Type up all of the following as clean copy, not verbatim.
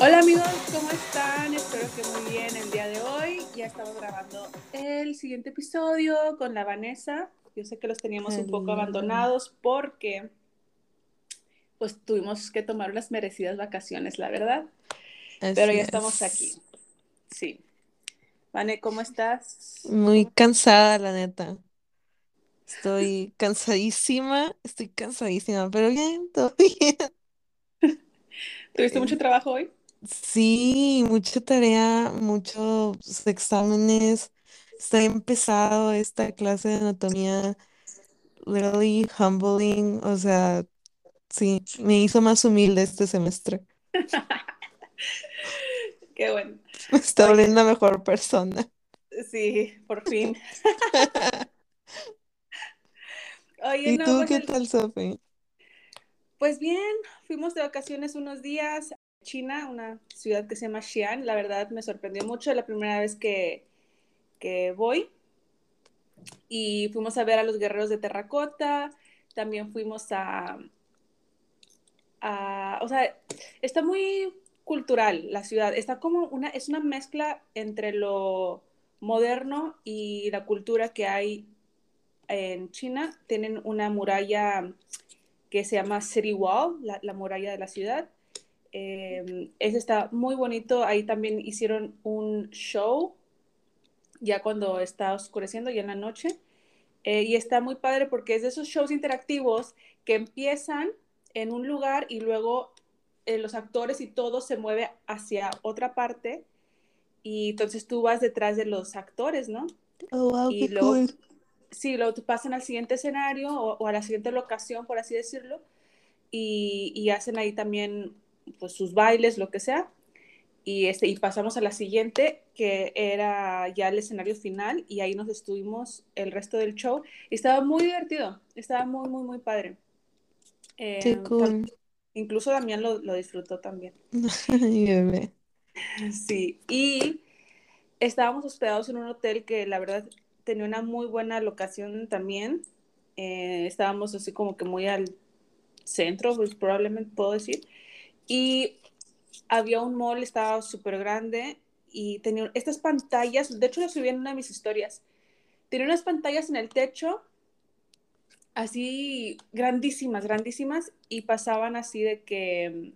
Hola amigos, ¿cómo están? Espero que muy bien el día de hoy. Ya estamos grabando el siguiente episodio con la Vanessa. Yo sé que los teníamos un poco Hello. abandonados porque pues tuvimos que tomar unas merecidas vacaciones, la verdad. Pero Así ya estamos aquí. es. Sí. Vane, ¿cómo estás? Muy cansada, la neta. Estoy cansadísima, pero bien, todo bien. ¿Tuviste Eh, mucho trabajo hoy? Sí, mucha tarea, muchos exámenes. Está empezado esta clase de anatomía, literally humbling. O sea, sí, me hizo más humilde este semestre. Qué bueno. Me está Oye, volviendo una mejor persona. sí, por fin. Oye, ¿Y no, tú pues qué tal, Sofi? pues bien, fuimos de vacaciones unos días a China, una ciudad que se llama Xi'an. La verdad me sorprendió mucho la primera vez que voy y fuimos a ver a los guerreros de terracota. También fuimos o sea, está muy cultural la ciudad. Está como es una mezcla entre lo moderno y la cultura que hay en China. Tienen una muralla que se llama City Wall, la muralla de la ciudad. Ese está muy bonito. Ahí también hicieron un show ya cuando está oscureciendo, ya en la noche. Y está muy padre porque es de esos shows interactivos que empiezan en un lugar y luego los actores y todo se mueve hacia otra parte y entonces tú vas detrás de los actores, ¿no? Oh, wow, Y qué luego, cool. sí, luego te pasan al siguiente escenario o a la siguiente locación, por así decirlo, y hacen ahí también pues sus bailes, lo que sea. Y pasamos a la siguiente, que era ya el escenario final, y ahí nos estuvimos el resto del show. Y estaba muy divertido, estaba muy, muy, muy padre. Qué cool. Incluso Damián lo disfrutó también. Mi bebé. Sí, y estábamos hospedados en un hotel que la verdad tenía una muy buena locación también. Estábamos así como que muy al centro, pues probablemente puedo decir. Y había un mall, estaba súper grande y tenía estas pantallas, de hecho lo subí en una de mis historias, tenía unas pantallas en el techo, así grandísimas, grandísimas, y pasaban así de que,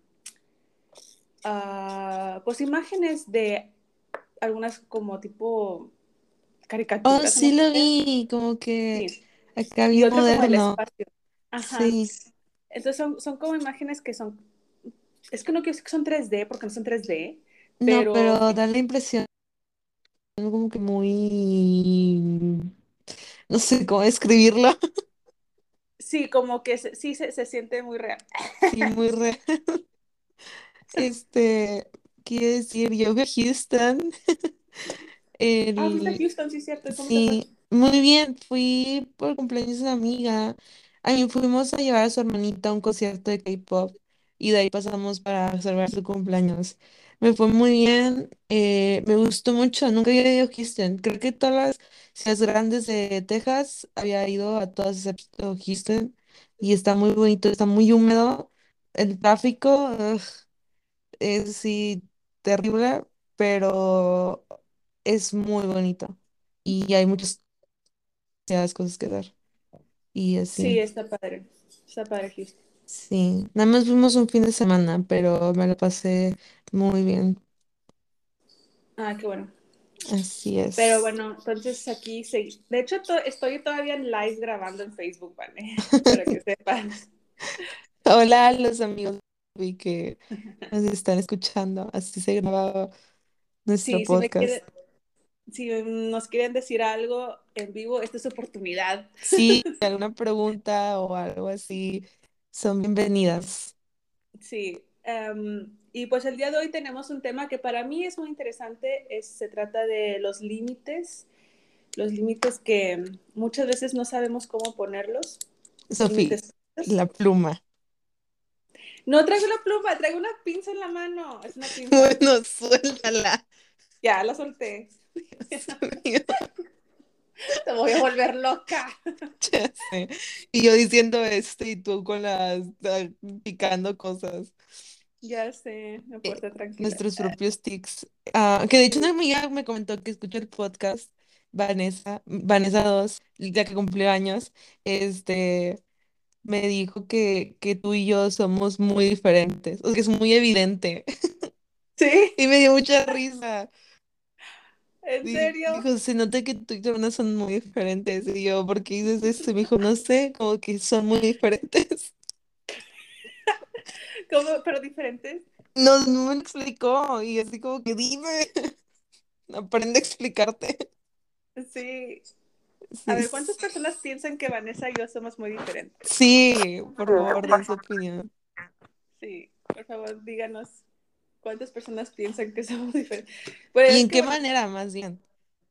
pues imágenes de algunas como tipo Oh, caricaturas, no sí lo sé, vi, como que sí, acá y bien otro como el moderno. espacio. Ajá. Sí, Entonces son como imágenes que son, es que no quiero decir que son 3D porque no son 3D, no, pero pero da la impresión como que muy, no sé cómo describirlo. sí, como que sí se siente muy real. Sí, muy real. Este, quiero decir, yo fui a Houston. Ah, fuiste a El, Houston, sí, cierto. ¿Y cómo te fue? sí, muy bien, fui por el cumpleaños de una amiga. Ahí fuimos a llevar a su hermanita a un concierto de K-pop y de ahí pasamos para celebrar su cumpleaños. Me fue muy bien, me gustó mucho, nunca había ido a Houston. Creo que todas las ciudades grandes de Texas había ido a todas excepto Houston y está muy bonito, está muy húmedo. El tráfico, es sí terrible, pero es muy bonito y hay muchas cosas que ver y Sí, así. está padre. Está padre Houston. Sí, nada más fuimos un fin de semana, pero me lo pasé muy bien. Ah, qué bueno. Así Pero es. bueno, entonces aquí sí. De hecho, estoy todavía en live grabando en Facebook, ¿vale? Para que sepas. Hola a los amigos que nos están escuchando. Así se grababa nuestro Sí, si me podcast. quiere, si nos quieren decir algo en vivo, esta es su oportunidad. Sí, alguna pregunta o algo así, son bienvenidas. Sí. Y pues el día de hoy tenemos un tema que para mí es muy interesante. Se trata de los límites que muchas veces no sabemos cómo ponerlos. Sofía, Límites. la pluma. No traigo una pluma, traigo una pinza en la mano. Es una pinza. Bueno, suéltala. Ya, la solté. Dios mío, Te voy a volver loca. ya sé. Y yo diciendo esto y tú con las picando cosas. Ya sé, me puedo eh, estar tranquila. nuestros propios tics. Que de hecho una amiga me comentó que escucha el podcast, Vanessa 2, la que cumplió años, este, me dijo que tú y yo somos muy diferentes, o sea, que es muy evidente. ¿Sí? Y me dio mucha risa. ¿En serio? Dijo, se nota que tú y tu hermana son muy diferentes. Y yo, ¿por qué dices eso? Y me dijo, no sé, como que son muy diferentes. ¿Cómo? ¿Pero diferentes? No, no me lo explicó. Y así como que dime, aprende a explicarte. Sí. A Sí, ver, ¿cuántas personas piensan que Vanessa y yo somos muy diferentes? sí, por favor, den su opinión. Sí, por favor, díganos cuántas personas piensan que somos diferentes. Pues ¿Y es en que, qué bueno, manera, más bien?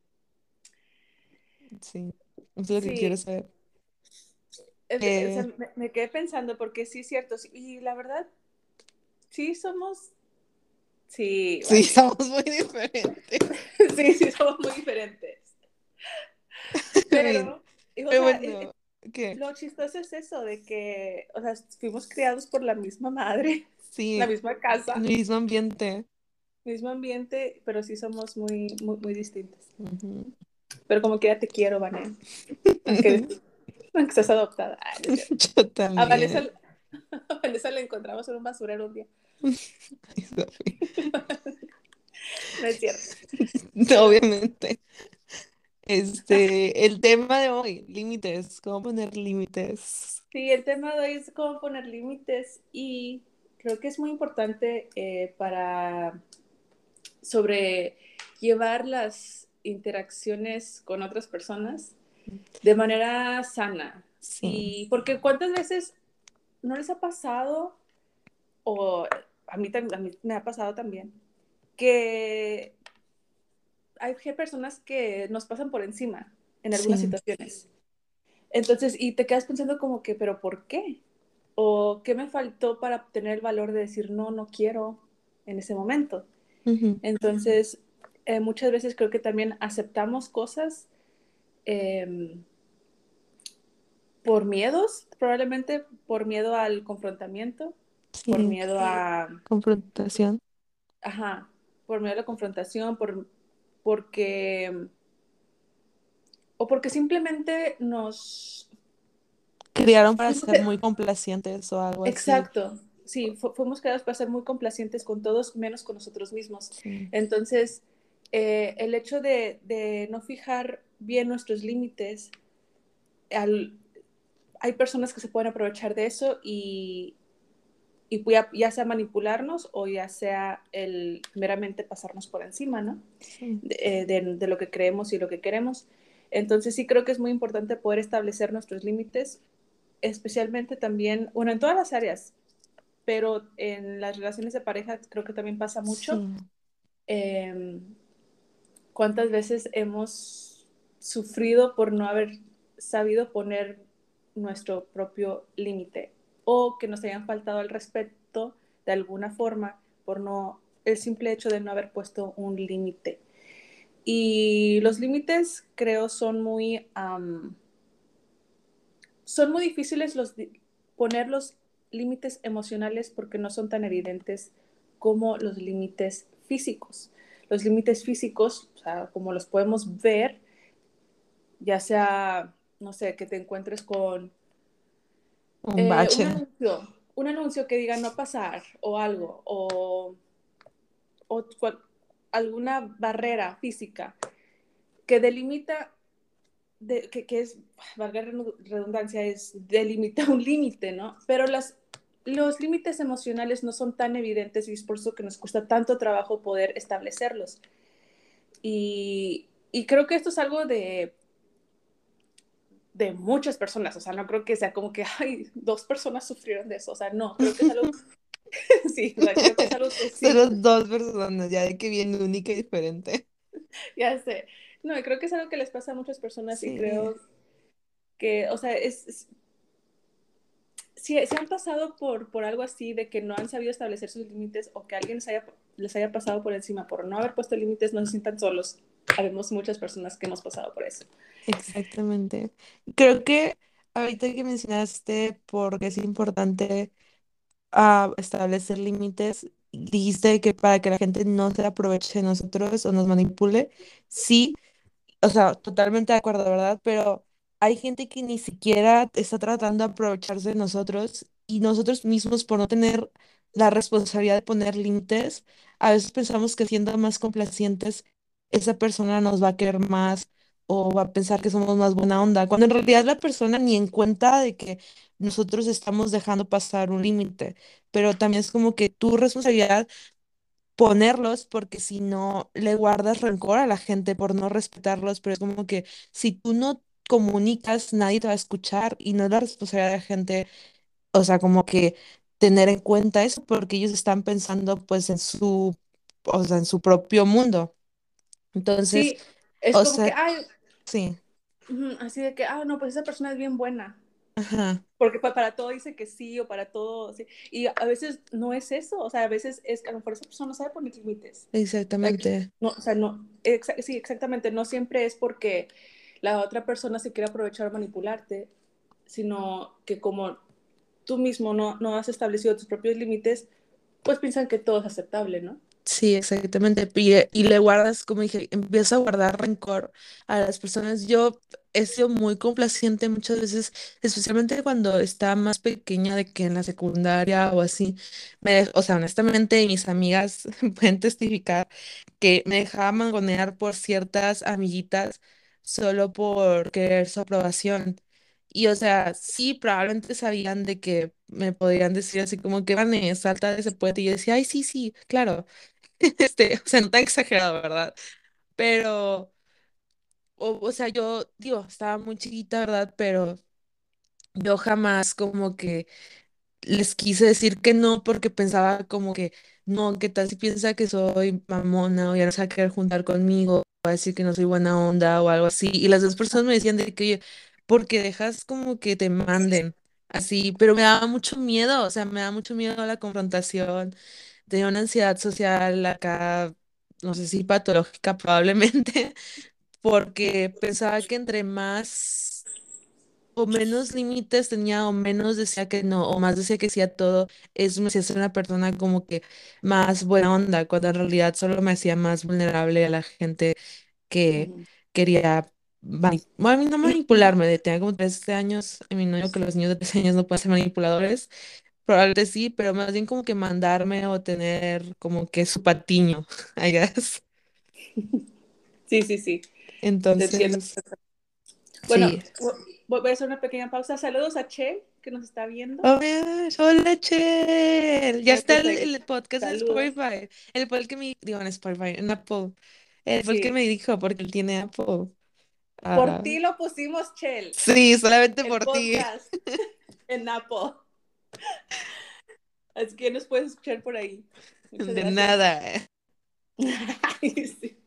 Sí, eso es lo que quiero sí, saber. o sea, Eh, me quedé pensando porque sí es cierto. Y la verdad, sí somos, sí, sí, vale. somos muy diferentes. Sí, sí somos muy diferentes. Bien. Pero, o Pero sea, bueno, ¿qué? lo chistoso es eso, de que, o sea, fuimos criados por la misma madre, la Sí, misma el casa, mismo ambiente. mismo ambiente, pero sí somos muy, muy, muy distintas. Ujú. Pero como quiera te quiero, Vanessa, aunque, aunque seas adoptada. Ay, no es cierto. Yo A Vanessa, también. a Vanessa la encontramos en un basurero un día. Ay, Sofi. No es cierto. No, Pero obviamente. El tema de hoy, límites, cómo poner límites. sí, el tema de hoy es cómo poner límites y creo que es muy importante para sobrellevar las interacciones con otras personas de manera sana. Sí. Y porque cuántas veces no les ha pasado, o a mí me ha pasado también, que hay personas que nos pasan por encima en algunas Sí. situaciones. Entonces, y te quedas pensando como que, pero ¿por qué? ¿O qué me faltó para tener el valor de decir no, no quiero en ese momento? Ujú. Entonces, muchas veces creo que también aceptamos cosas eh, por miedos, probablemente por miedo al confrontamiento, por Sí, miedo a, confrontación. ajá, por miedo a la confrontación, porque, o porque simplemente nos, Criaron para fuimos, ser muy complacientes o algo así. exacto, sí, fuimos creados para ser muy complacientes con todos, menos con nosotros mismos. Sí. Entonces, el hecho de no fijar bien nuestros límites, al, hay personas que se pueden aprovechar de eso y ya sea manipularnos o ya sea el meramente pasarnos por encima, ¿no? Sí. De lo que creemos y lo que queremos. Entonces sí creo que es muy importante poder establecer nuestros límites, especialmente también, bueno, en todas las áreas, pero en las relaciones de pareja creo que también pasa mucho. Sí. Eh, ¿Cuántas veces hemos sufrido por no haber sabido poner nuestro propio límite o que nos hayan faltado al respeto de alguna forma por no el simple hecho de no haber puesto un límite? Y los límites creo son muy difíciles poner los límites emocionales porque no son tan evidentes como los límites físicos. Los límites físicos, o sea, como los podemos ver, ya sea, no sé, que te encuentres con Un bache. un anuncio que diga no pasar o algo, o alguna barrera física que delimita, que es, valga la redundancia, es delimita un límite, ¿no? Pero los límites emocionales no son tan evidentes y es por eso que nos cuesta tanto trabajo poder establecerlos. Y creo que esto es algo de muchas personas, o sea, no creo que sea como que, ay, dos personas sufrieron de eso, o sea, no, creo que es algo, sí, o sea, creo que es algo que sí, Solo dos personas, ya de que bien única y diferente. ya sé, no, creo que es algo que les pasa a muchas personas y Sí. creo que, o sea, si han pasado por algo así de que no han sabido establecer sus límites o que alguien les haya pasado por encima por no haber puesto límites, no se sientan solos. Habemos muchas personas que hemos pasado por eso. Exactamente. Creo que ahorita que mencionaste porque es importante a establecer límites. Dijiste que para que la gente no se aproveche de nosotros o nos manipule. Sí, o sea, totalmente de acuerdo, ¿verdad? Pero hay gente que ni siquiera está tratando de aprovecharse de nosotros y nosotros mismos por no tener la responsabilidad de poner límites, a veces pensamos que siendo más complacientes, esa persona nos va a querer más o va a pensar que somos más buena onda, cuando en realidad la persona ni en cuenta de que nosotros estamos dejando pasar un límite, pero también es como que tu responsabilidad ponerlos porque si no le guardas rencor a la gente por no respetarlos, pero es como que si tú no comunicas, nadie te va a escuchar y no es la responsabilidad de la gente, o sea, como que tener en cuenta eso porque ellos están pensando pues en su, o sea, en su propio mundo. Entonces, Sí, es o como que, sea, ay, sí, ujú, así de que, ah, no, pues esa persona es bien buena. ajá, Porque para todo dice que sí o para todo, sí. Y a veces no es eso, o sea, a veces es que a lo mejor esa persona no sabe poner límites. Like, exactamente. no, o sea, no, sí, exactamente, no siempre es porque la otra persona se quiere aprovechar o manipularte, sino que como tú mismo no has establecido tus propios límites, pues piensan que todo es aceptable, ¿no? Sí, exactamente. Y le guardas, como dije, empieza a guardar rencor a las personas. Yo he sido muy complaciente muchas veces, especialmente cuando estaba más pequeña, de que en la secundaria o así. O sea, honestamente, mis amigas pueden testificar que me dejaba mangonear por ciertas amiguitas solo por querer su aprobación. Y o sea, sí, probablemente sabían de que me podían decir así como que, Vane, salta de ese puente. Y yo decía, ay, sí, sí, claro. O sea, no tan exagerado, ¿verdad? Pero, o sea, yo digo, estaba muy chiquita, ¿verdad? Pero yo jamás como que les quise decir que no porque pensaba como que, no, ¿qué tal si piensa que soy mamona o ya no se va a querer juntar conmigo o va a decir que no soy buena onda o algo así? Y las dos personas me decían de que, oye, porque dejas como que te manden así, pero me daba mucho miedo, o sea, me daba mucho miedo la confrontación. Tenía una ansiedad social acá, no sé si patológica probablemente, porque pensaba que entre más o menos límites tenía o menos decía que no, o más decía que sí a todo, eso me hacía ser una persona como que más buena onda, cuando en realidad solo me hacía más vulnerable a la gente que Ujú. quería, bueno, a mí no manipularme, tenía como 13 años, y mi novio que los niños de 13 años no pueden ser manipuladores. Probablemente sí, pero más bien como que mandarme o tener como que su patiño, I guess. Sí, sí, sí, te entiendo. Entonces, Bueno, sí. voy a hacer una pequeña pausa. Saludos a Che, que nos está viendo. Oh my gosh, hola, Chel. Ya Hay está que seguir. el podcast en Saludos. Spotify. Él fue el que me, digo en Spotify, en Apple. Él fue el que Sí. me dijo, porque él tiene Apple. Por Ajá. ti lo pusimos, Chel, Sí, solamente el por ti. podcast en Apple. Así que nos puedes escuchar por ahí. Muchas De gracias. nada. Ay, sí.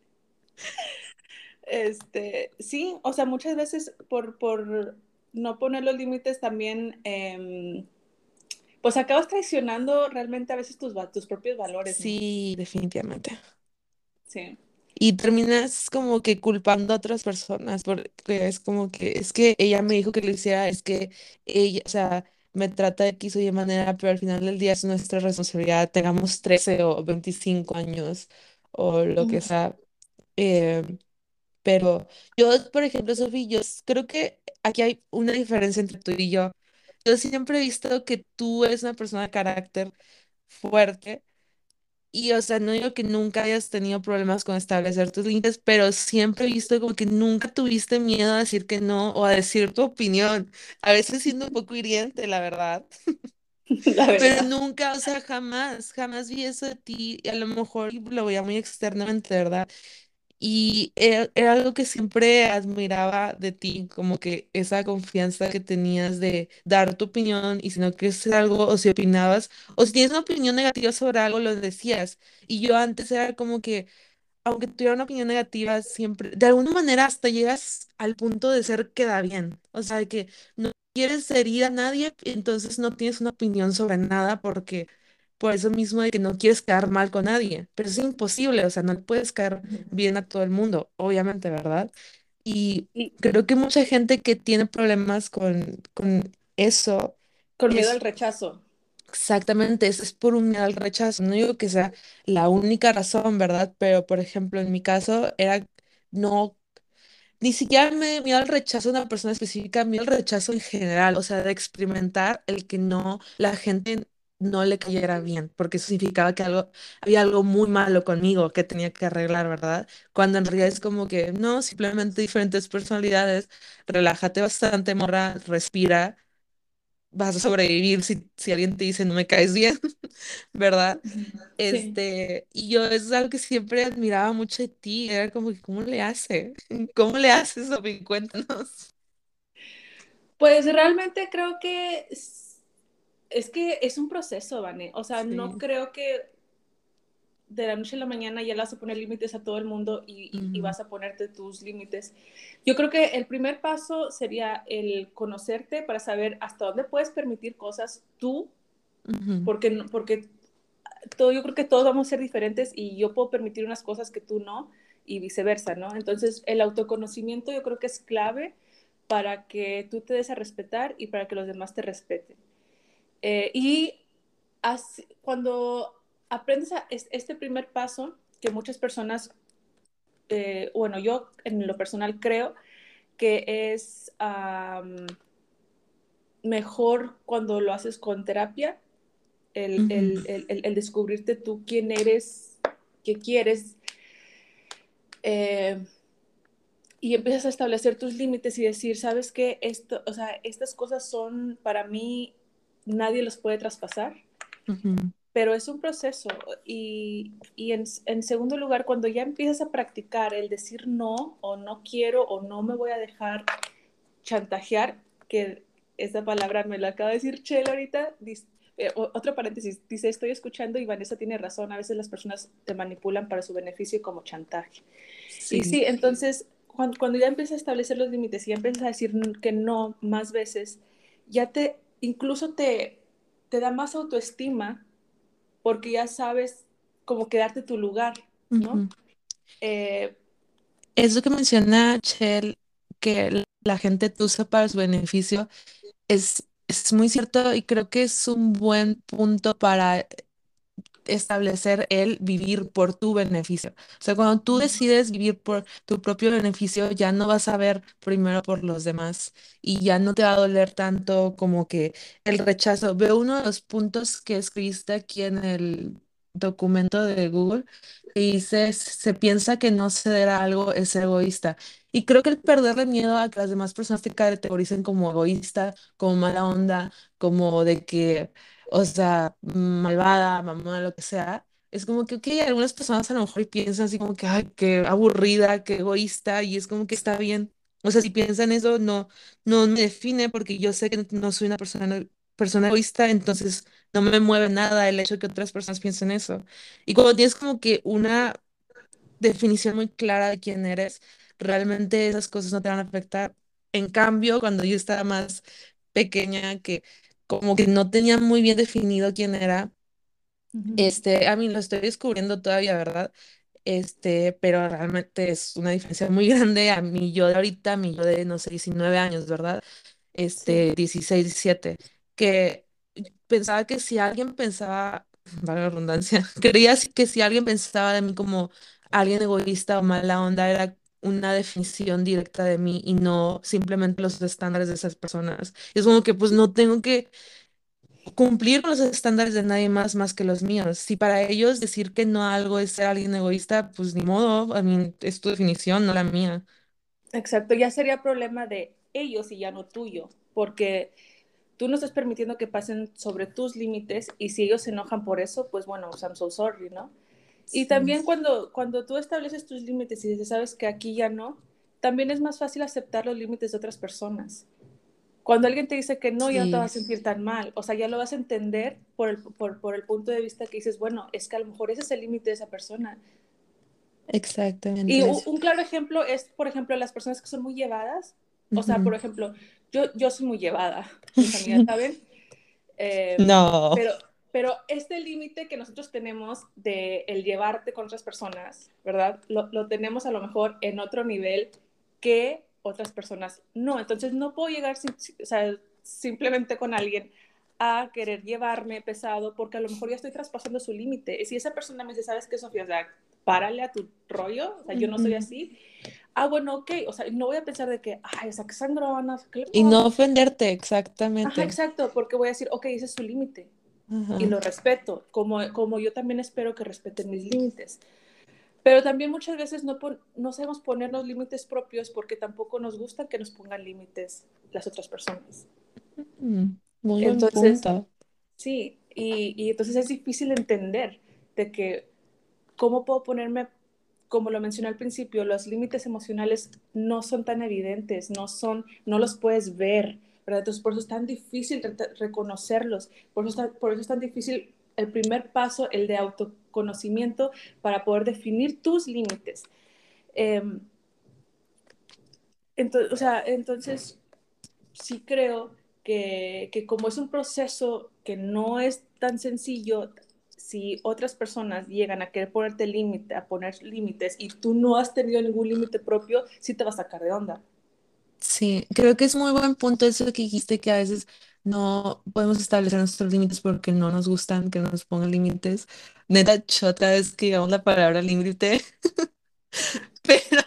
Sí, o sea, muchas veces por no poner los límites también, pues acabas traicionando realmente a veces tus propios valores, ¿no? Sí, definitivamente. Sí. Y terminas como que culpando a otras personas, porque es como que, es que ella me dijo que lo hiciera, es que ella, o sea, me trata de X o Y manera, pero al final del día es nuestra responsabilidad, tengamos 13 o 25 años o lo que Ujú. sea. eh, pero yo, por ejemplo, Sofi, creo que aquí hay una diferencia entre tú y yo. Yo siempre he visto que tú eres una persona de carácter fuerte y, o sea, no digo que nunca hayas tenido problemas con establecer tus límites, pero siempre he visto como que nunca tuviste miedo a decir que no o a decir tu opinión. A veces siendo un poco hiriente, la verdad. La Pero verdad. nunca, o sea, jamás, jamás vi eso de ti. Y a lo mejor lo veía muy externamente, ¿verdad? Y era algo que siempre admiraba de ti, como que esa confianza que tenías de dar tu opinión y si no quieres hacer algo o si opinabas o si tienes una opinión negativa sobre algo, lo decías. Y yo antes era como que aunque tuviera una opinión negativa, siempre, de alguna manera hasta llegas al punto de ser queda bien. O sea, de que no quieres herir a nadie, entonces no tienes una opinión sobre nada porque por eso mismo de que no quieres quedar mal con nadie. Pero es imposible, o sea, no le puedes caer bien a todo el mundo, obviamente, ¿verdad? Y Y creo que mucha gente que tiene problemas con eso con miedo al es rechazo. Exactamente, eso es por un miedo al rechazo. No digo que sea la única razón, ¿verdad? Pero, por ejemplo, en mi caso era no, ni siquiera me miedo al rechazo de una persona específica, miedo al rechazo en general, o sea, de experimentar el que no, la gente no le cayera bien, porque eso significaba que había algo muy malo conmigo que tenía que arreglar, ¿verdad? Cuando en realidad es como que no, simplemente diferentes personalidades, relájate bastante, morra, respira, vas a sobrevivir si alguien te dice no me caes bien, ¿verdad? Ujú. Sí. Y yo eso es algo que siempre admiraba mucho de ti, era como que, ¿cómo le hace? ¿Cómo le haces, Sofi? Cuéntanos. Pues realmente creo que es que es un proceso, Vane. O sea, no Sí. creo que de la noche a la mañana ya le vas a poner límites a todo el mundo y Ujú, vas a ponerte tus límites. Yo creo que el primer paso sería el conocerte para saber hasta dónde puedes permitir cosas tú, ujú, porque todo, yo creo que todos vamos a ser diferentes y yo puedo permitir unas cosas que tú no y viceversa, ¿no? Entonces, el autoconocimiento yo creo que es clave para que tú te des a respetar y para que los demás te respeten. Y cuando aprendes este primer paso, que muchas personas, bueno, yo en lo personal creo que es mejor cuando lo haces con terapia, ujú. el descubrirte tú quién eres, qué quieres, eh, y empiezas a establecer tus límites y decir, ¿sabes qué? Esto, o sea, estas cosas son para mí, nadie los puede traspasar, Ujú, pero es un proceso. Y en segundo lugar, cuando ya empiezas a practicar el decir no o no quiero o no me voy a dejar chantajear, que esa palabra me la acaba de decir Chelo ahorita, otro paréntesis, dice, estoy escuchando y Vanessa tiene razón, a veces las personas te manipulan para su beneficio como chantaje. Y sí, sí, entonces, cuando ya empiezas a establecer los límites y ya empiezas a decir que no más veces, ya incluso te da más autoestima porque ya sabes cómo quedarte tu lugar, ¿no? ujú. Eh, Eso que menciona Chel, que la gente te usa para su beneficio, es muy cierto y creo que es un buen punto para establecer el vivir por tu beneficio. O sea, cuando tú decides vivir por tu propio beneficio, ya no vas a ver primero por los demás y ya no te va a doler tanto como que el rechazo. Veo uno de los puntos que escribiste aquí en el documento de Google que dice, se piensa que no ceder a algo es ser egoísta. Y creo que el perderle miedo a que las demás personas te categoricen como egoísta, como mala onda, como de que o sea, malvada, mamá, lo que sea, es como que, ok, algunas personas a lo mejor piensan así como que, ay, qué aburrida, qué egoísta, y es como que está bien. O sea, si piensan eso, no me define porque yo sé que no soy una persona egoísta, entonces no me mueve nada el hecho de que otras personas piensen eso. Y cuando tienes como que una definición muy clara de quién eres, realmente esas cosas no te van a afectar. En cambio, cuando yo estaba más pequeña, que como que no tenía muy bien definido quién era, uh-huh. a mí lo estoy descubriendo todavía, ¿verdad? Pero realmente es una diferencia muy grande a mi yo de ahorita, a mi yo de, no sé, 19 años, ¿verdad? Sí. 16 17 que pensaba que si alguien pensaba, vale la redundancia, creía que si alguien pensaba de mí como alguien egoísta o mala onda, era una definición directa de mí y no simplemente los estándares de esas personas. Es como que pues no tengo que cumplir con los estándares de nadie más que los míos. Si para ellos decir que no a algo es ser alguien egoísta, pues ni modo, a mí es tu definición, no la mía. Exacto, ya sería problema de ellos y ya no tuyo, porque tú no estás permitiendo que pasen sobre tus límites y si ellos se enojan por eso, pues bueno, I'm so sorry, ¿no? Y Sí, también cuando tú estableces tus límites y dices, sabes que aquí ya no, también es más fácil aceptar los límites de otras personas. Cuando alguien te dice que no, ya no te sí, vas a sentir tan mal, o sea, ya lo vas a entender por el punto de vista que dices, bueno, es que a lo mejor ese es el límite de esa persona. Y exactamente. un claro ejemplo es, por ejemplo, las personas que son muy llevadas. O sea, por Ujú. ejemplo, yo soy muy llevada, mis amigas saben, eh, No. pero, pero este límite que nosotros tenemos de el llevarte con otras personas, ¿verdad? Lo tenemos a lo mejor en otro nivel que otras personas no. Entonces no puedo llegar o sea, simplemente con alguien. a querer llevarme pesado porque a lo mejor ya estoy traspasando su límite. Y si esa persona me dice, ¿sabes qué, Sofía? O sea, párale a tu rollo, o sea, yo no soy Ujú. así. Ah, bueno, ok, o sea, no voy a pensar de que, ay, o sea, que sangrona, ¿qué le Y puedo no hacer? ofenderte, Ajá, exactamente. exacto, porque voy a decir, ok, ese es su límite y Ajá. lo respeto, como yo también espero que respeten mis límites. Pero también muchas veces no sabemos ponernos límites propios porque tampoco nos gusta que nos pongan límites las otras personas. Muy buen Entonces, punto. sí, y entonces es difícil entender de que cómo puedo ponerme, como lo mencioné al principio, los límites emocionales no son tan evidentes, no los puedes ver, ¿verdad? Entonces por eso es tan difícil reconocerlos, por eso es tan difícil el primer paso, el de autoconocimiento, para poder definir tus límites. Eh, entonces, o sea, entonces sí creo que como es un proceso que no es tan sencillo, si otras personas llegan a querer ponerte límite, a poner límites y tú no has tenido ningún límite propio, sí te va a sacar de onda. Sí, creo que es muy buen punto eso que dijiste que a veces no podemos establecer nuestros límites porque no nos gustan que nos pongan límites. Neta, chota es que digamos la palabra límite, pero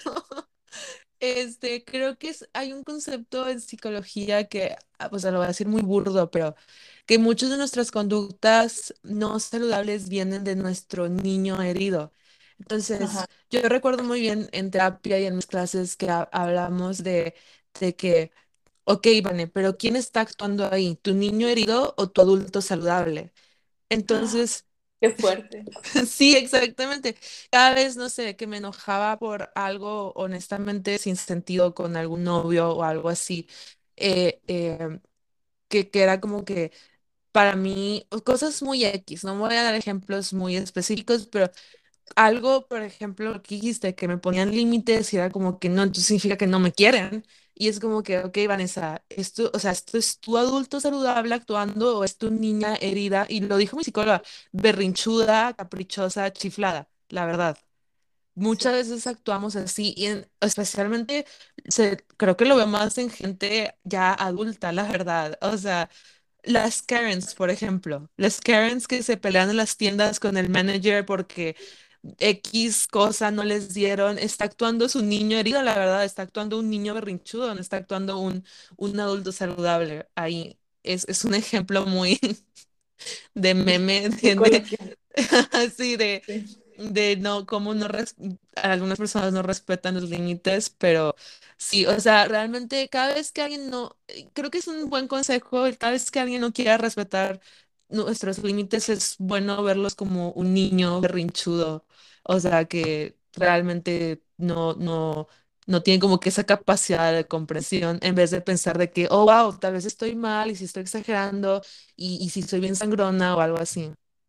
creo que hay un concepto en psicología que, pues lo voy a decir muy burdo, pero que muchas de nuestras conductas no saludables vienen de nuestro niño herido. Ajá. Entonces, yo recuerdo muy bien en terapia y en mis clases que hablamos de que, ok, Vane, pero ¿quién está actuando ahí? ¿Tu niño herido o tu adulto saludable? Entonces, Qué fuerte. sí, exactamente. Cada vez, no sé, que me enojaba por algo honestamente sin sentido con algún novio o algo así, eh, eh, que era como que para mí cosas muy X, no me voy a dar ejemplos muy específicos, pero algo, por ejemplo, que dijiste, que me ponían límites y era como que no, entonces significa que no me quieren. Y es como que, ok, Vanessa, esto, o sea, esto es tu adulto saludable actuando o es tu niña herida. Y lo dijo mi psicóloga, berrinchuda, caprichosa, chiflada, la verdad. Muchas Sí. veces actuamos así y especialmente creo que lo veo más en gente ya adulta, la verdad. O sea, las Karens, por ejemplo, las Karens que se pelean en las tiendas con el manager porque X cosa no les dieron, está actuando su niño herido, la verdad, está actuando un niño berrinchudo, no está actuando un adulto saludable. Ahí es un ejemplo muy de meme, Muy de, coloquial. así Sí. de no, cómo algunas personas no respetan los límites, pero sí, o sea, realmente cada vez que alguien no, creo que es un buen consejo, cada vez que alguien no quiera respetar nuestros límites, es bueno verlos como un niño berrinchudo, o sea, que realmente no tiene como que esa capacidad de comprensión, en vez de pensar de que, oh, wow, tal vez estoy mal y si estoy exagerando y si soy bien sangrona o algo así.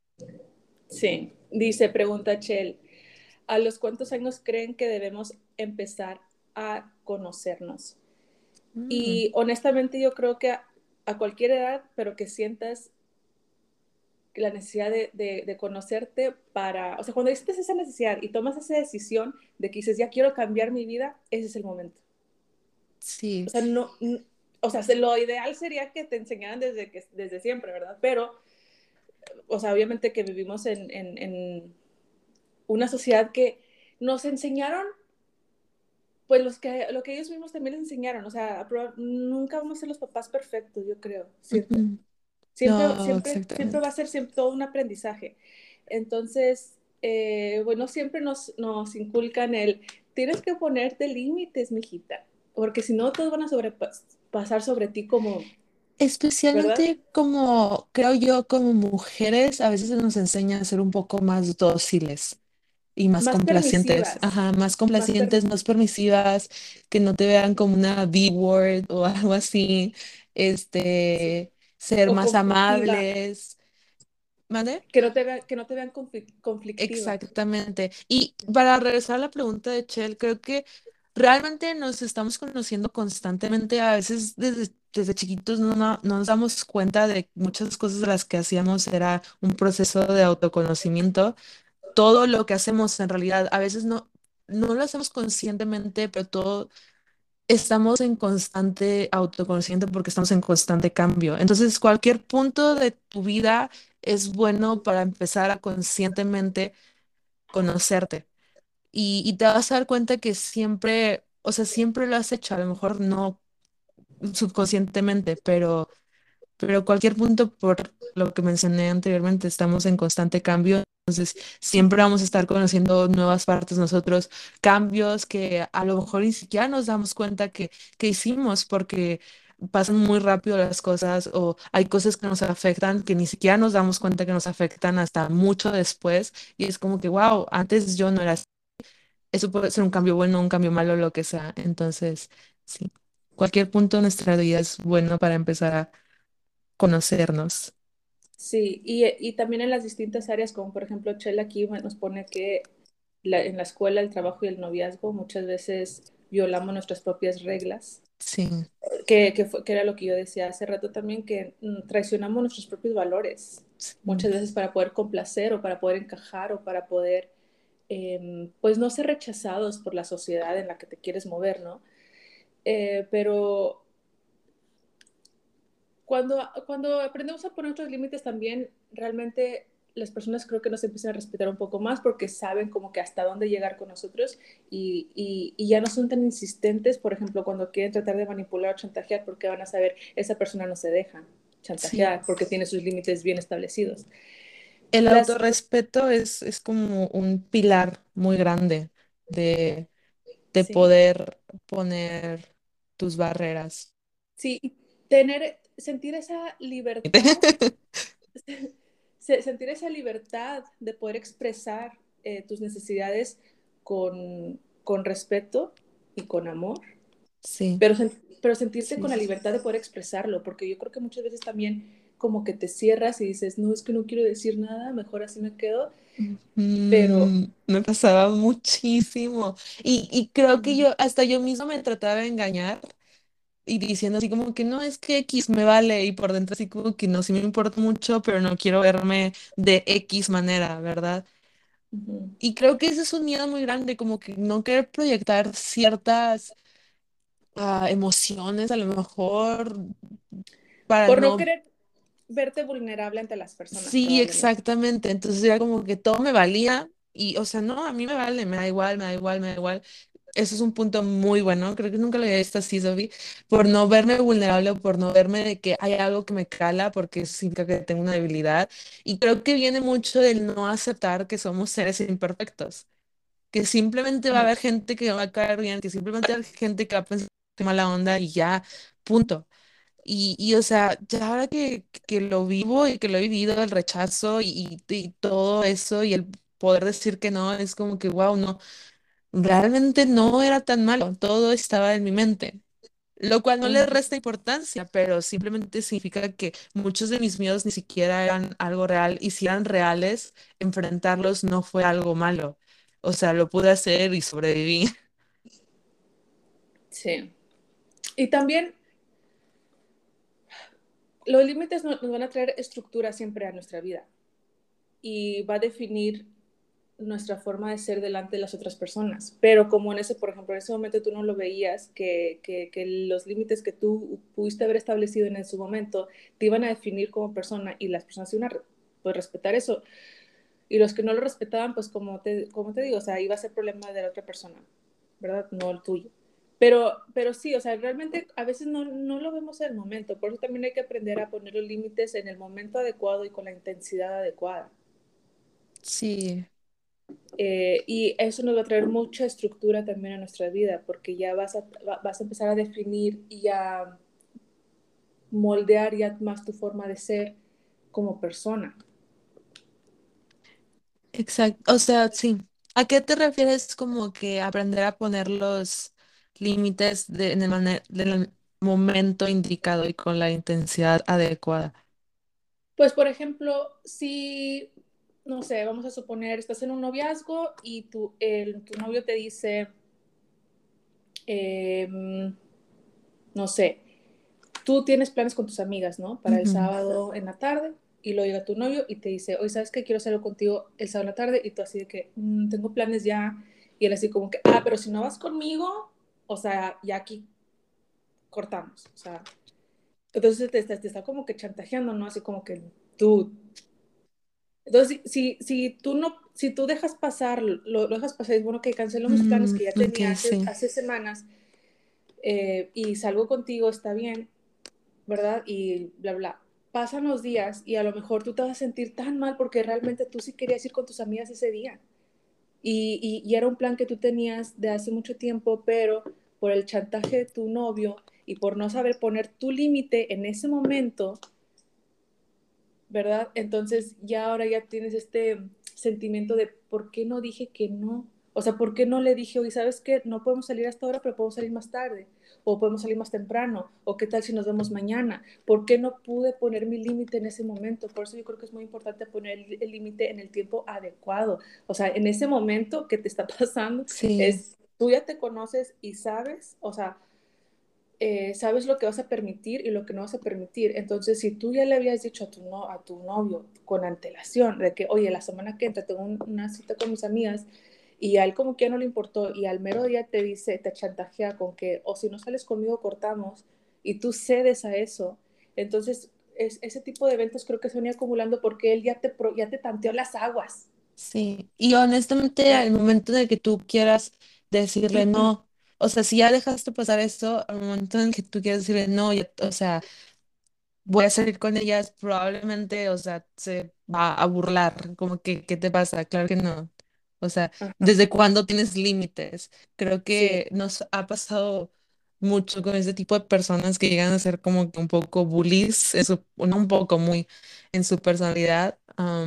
Sí. Dice, pregunta Chel, ¿a los cuántos años creen que debemos empezar a conocernos? Mm, Y honestamente yo creo que a cualquier edad, pero que sientas la necesidad de conocerte para, o sea, cuando sientes esa necesidad y tomas esa decisión de que dices, ya quiero cambiar mi vida, ese es el momento. O sí. sea, o sea, lo ideal sería que te enseñaran desde siempre, ¿verdad? Pero, o sea, obviamente que vivimos en una sociedad que nos enseñaron, pues lo que ellos mismos también les enseñaron, o sea, nunca vamos a ser los papás perfectos, yo creo, ¿cierto? Ujú. Siempre, No, siempre, siempre va exactamente. a ser siempre todo un aprendizaje. Entonces, bueno, siempre nos inculcan tienes que ponerte límites, mijita, porque si no, todos van a pasar sobre ti como, ¿verdad? Especialmente como, creo yo, como mujeres, a veces se nos enseña a ser un poco más dóciles y más Más complacientes. permisivas, Ajá, más más complacientes, más permisivas. permisivas, que no te vean como una B-word o algo así. Sí. Ser O más conflictiva, amables. ¿Vale? que no te vean conflictiva. Exactamente. Y para regresar a la pregunta de Chell, creo que realmente nos estamos conociendo constantemente. A veces desde chiquitos no nos damos cuenta de muchas cosas de las que hacíamos era un proceso de autoconocimiento. Todo lo que hacemos en realidad, a veces no lo hacemos conscientemente, pero todo. estamos en constante autoconocimiento porque estamos en constante cambio. Entonces, cualquier punto de tu vida es bueno para empezar a conscientemente conocerte. Y te vas a dar cuenta que siempre, o sea, siempre lo has hecho, a lo mejor no subconscientemente, pero cualquier punto, por lo que mencioné anteriormente, estamos en constante cambio, entonces siempre vamos a estar conociendo nuevas partes de nosotros, cambios que a lo mejor ni siquiera nos damos cuenta que hicimos porque pasan muy rápido las cosas o hay cosas que nos afectan que ni siquiera nos damos cuenta que nos afectan hasta mucho después y es como que, wow, antes yo no era así. Eso puede ser un cambio bueno, un cambio malo, lo que sea. Entonces, sí, cualquier punto de nuestra vida es bueno para empezar a conocernos. Sí, y también en las distintas áreas, como por ejemplo Chela aquí nos pone que en la escuela, el trabajo y el noviazgo muchas veces violamos nuestras propias reglas, Sí, que era lo que yo decía hace rato también, que traicionamos nuestros propios valores, sí, muchas veces para poder complacer o para poder encajar o para poder, pues no ser rechazados por la sociedad en la que te quieres mover, ¿no? Pero cuando aprendemos a poner nuestros límites también, realmente las personas creo que nos empiezan a respetar un poco más porque saben como que hasta dónde llegar con nosotros y ya no son tan insistentes, por ejemplo, cuando quieren tratar de manipular o chantajear porque van a saber, esa persona no se deja sí. chantajear porque tiene sus límites bien establecidos. El Las, autorrespeto es como un pilar muy grande de, de sí, poder poner tus barreras. sí, sentir esa libertad, sentir esa libertad de poder expresar tus necesidades con respeto y con amor, Sí, pero sentirte con sí. la libertad de poder expresarlo, porque yo creo que muchas veces también como que te cierras y dices, no, es que no quiero decir nada, mejor así me quedo, pero Me pasaba muchísimo. Y creo que yo, hasta yo misma me trataba de engañar y diciendo así como que no, es que X me vale y por dentro así como que no, sí me importa mucho, pero no quiero verme de X manera, ¿verdad? uh-huh. Y creo que ese es un miedo muy grande, como que no querer proyectar ciertas emociones a lo mejor para Por no no. querer verte vulnerable ante las personas, Sí, probablemente. exactamente. Entonces era como que todo me valía y, o sea, no, a mí me vale, me da igual, me da igual, me da igual. Eso es un punto muy bueno. Creo que nunca lo había visto así, Sophie, por no verme vulnerable o por no verme de que hay algo que me cala, porque eso significa que tengo una debilidad. Y creo que viene mucho del no aceptar que somos seres imperfectos, que simplemente va a Uh-huh. haber gente que va a caer bien, que simplemente va a haber gente que va a pensar que mala onda y ya, punto. O sea, ya ahora que lo vivo y que lo he vivido, el rechazo y todo eso y el poder decir que no, es como que, wow, no, realmente no era tan malo, todo estaba en mi mente. Lo cual no le Uh-huh. resta importancia, pero simplemente significa que muchos de mis miedos ni siquiera eran algo real y si eran reales, enfrentarlos no fue algo malo. O sea, lo pude hacer y sobreviví. Sí. Y también los límites nos van a traer estructura siempre a nuestra vida y va a definir nuestra forma de ser delante de las otras personas. Pero como en ese, por ejemplo, en ese momento tú no lo veías, que los límites que tú pudiste haber establecido en su momento te iban a definir como persona y las personas iban a pues, respetar eso. Y los que no lo respetaban, pues como te digo, o sea, iba a ser problema de la otra persona, ¿verdad? No el tuyo. Pero sí, o sea, realmente a veces no lo vemos en el momento, por eso también hay que aprender a poner los límites en el momento adecuado y con la intensidad adecuada. Sí, Y eso nos va a traer mucha estructura también a nuestra vida, porque ya vas a empezar a definir y a moldear ya más tu forma de ser como persona. exacto. O sea, sí. ¿A qué te refieres como que aprender a poner los límites en el momento indicado y con la intensidad adecuada? Pues, por ejemplo, si, no sé, vamos a suponer, estás en un noviazgo y tu novio te dice, eh, no sé, tú tienes planes con tus amigas, ¿no? Para el Ujú. sábado en la tarde y luego llega tu novio y te dice, oye, ¿sabes qué? Quiero hacerlo contigo el sábado en la tarde y tú así de que, tengo planes ya y él así como que, pero si no vas conmigo, o sea, ya aquí cortamos. O sea, entonces te está como que chantajeando, ¿no? Así como que tú. Entonces, si tú no, si tú dejas pasar, lo dejas pasar, es bueno que cancelo mis planes Mm, que ya ok, tenía sí, hace semanas y salgo contigo, está bien, ¿verdad? Y bla, bla. Pasan los días y a lo mejor tú te vas a sentir tan mal porque realmente tú sí querías ir con tus amigas ese día. Y era un plan que tú tenías de hace mucho tiempo, pero por el chantaje de tu novio y por no saber poner tu límite en ese momento, ¿verdad? Entonces ya ahora ya tienes este sentimiento de ¿por qué no dije que no? O sea, ¿por qué no le dije, oye, ¿sabes qué? No podemos salir hasta ahora, pero podemos salir más tarde, o podemos salir más temprano, o qué tal si nos vemos mañana? ¿Por qué no pude poner mi límite en ese momento? Por eso yo creo que es muy importante poner el límite en el tiempo adecuado. O sea, en ese momento que te está pasando, sí, es, tú ya te conoces y sabes, o sea, sabes lo que vas a permitir y lo que no vas a permitir. Entonces, si tú ya le habías dicho a tu, no, a tu novio con antelación de que, oye, la semana que entra tengo una cita con mis amigas y a él como que ya no le importó y al mero día te dice, te chantajea con que, o si no sales conmigo, cortamos y tú cedes a eso, entonces ese tipo de eventos creo que se van acumulando porque él ya te tanteó las aguas. sí. Y honestamente, al momento de que tú quieras decirle no, o sea, si ya dejaste pasar esto, al momento en que tú quieras decirle no, o sea, voy a salir con ellas, probablemente, o sea, se va a burlar, como que, ¿qué te pasa? Claro que no. O sea, Ajá, ¿desde cuándo tienes límites? Creo sí, que nos ha pasado mucho con ese tipo de personas que llegan a ser como que un poco bullies, no un poco, muy en su personalidad.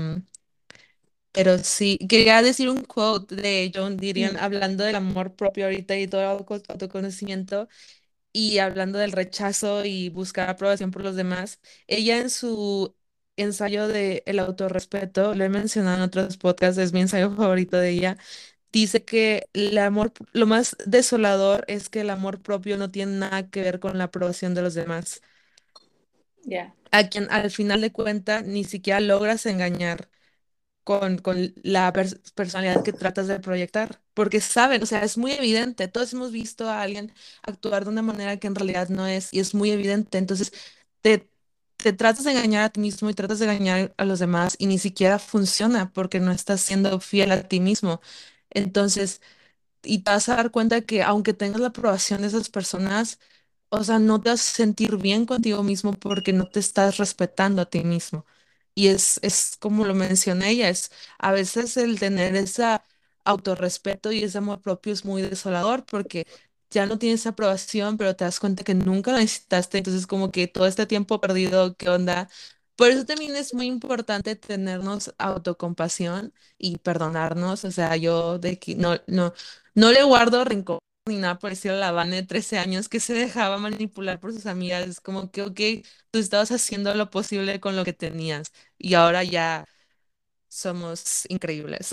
Pero sí, quería decir un quote de John Didion mm, hablando del amor propio ahorita y todo el autoconocimiento y hablando del rechazo y buscar aprobación por los demás. Ella en su ensayo de El autorrespeto, lo he mencionado en otros podcasts, es mi ensayo favorito de ella, dice que el amor, lo más desolador es que el amor propio no tiene nada que ver con la aprobación de los demás, ya, a quien al final de cuentas ni siquiera logras engañar con la personalidad que tratas de proyectar, porque saben, o sea, es muy evidente, todos hemos visto a alguien actuar de una manera que en realidad no es, y es muy evidente, entonces te, te tratas de engañar a ti mismo y tratas de engañar a los demás y ni siquiera funciona porque no estás siendo fiel a ti mismo. Entonces, y te vas a dar cuenta que aunque tengas la aprobación de esas personas, o sea, no te vas a sentir bien contigo mismo porque no te estás respetando a ti mismo. Y es como lo mencioné ella, es a veces el tener ese autorrespeto y ese amor propio es muy desolador porque ya no tienes esa aprobación, pero te das cuenta que nunca la necesitaste, entonces como que todo este tiempo perdido, ¿qué onda? Por eso también es muy importante tenernos autocompasión y perdonarnos, o sea, yo de que no le guardo rencor ni nada por decirlo a la Vane de 13 años que se dejaba manipular por sus amigas. Es como que, ok, tú estabas haciendo lo posible con lo que tenías y ahora ya somos increíbles.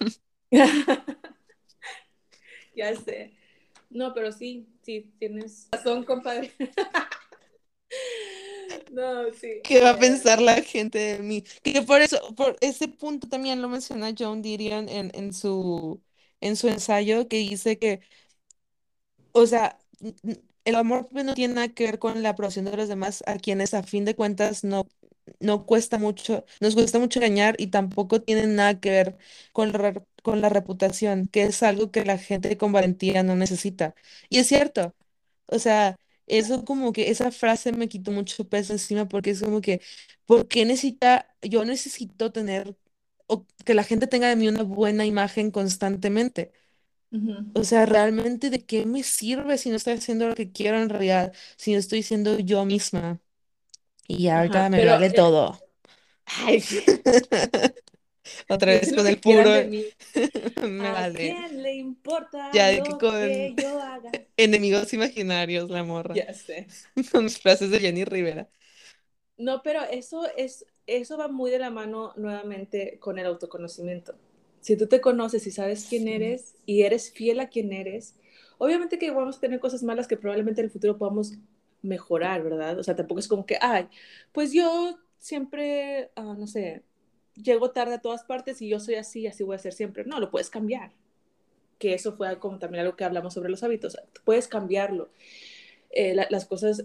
ya sé. No, pero sí, sí, tienes razón, compadre. No, sí. ¿Qué va a pensar la gente de mí? Que por eso, por ese punto también lo menciona Joan Didion en su ensayo que dice que o sea, el amor propio no tiene nada que ver con la aprobación de los demás, a quienes a fin de cuentas no cuesta mucho, nos cuesta mucho engañar y tampoco tiene nada que ver con la reputación, que es algo que la gente con valentía no necesita. Y es cierto, o sea, eso como que esa frase me quitó mucho peso encima porque es como que, ¿por qué yo necesito tener, o que la gente tenga de mí una buena imagen constantemente? Ujú. O sea, realmente de qué me sirve si no estoy haciendo lo que quiero en realidad, si no estoy siendo yo misma. Y ahorita Ajá, me pero, vale todo. ay, sí, Otra vez piensen lo con el que puro, quieran de mí. me ¿A vale. quién le importa Ya de que lo con que yo haga? enemigos imaginarios, la morra. Ya sé. Con mis frases de Jenny Rivera. No, pero eso va muy de la mano nuevamente con el autoconocimiento. Si tú te conoces y sabes quién Sí. eres y eres fiel a quién eres, obviamente que vamos a tener cosas malas que probablemente en el futuro podamos mejorar, ¿verdad? O sea, tampoco es como que, ay, pues yo siempre, no sé, llego tarde a todas partes y yo soy así, así voy a ser siempre. No, lo puedes cambiar, que eso fue como también algo que hablamos sobre los hábitos. Puedes cambiarlo. las cosas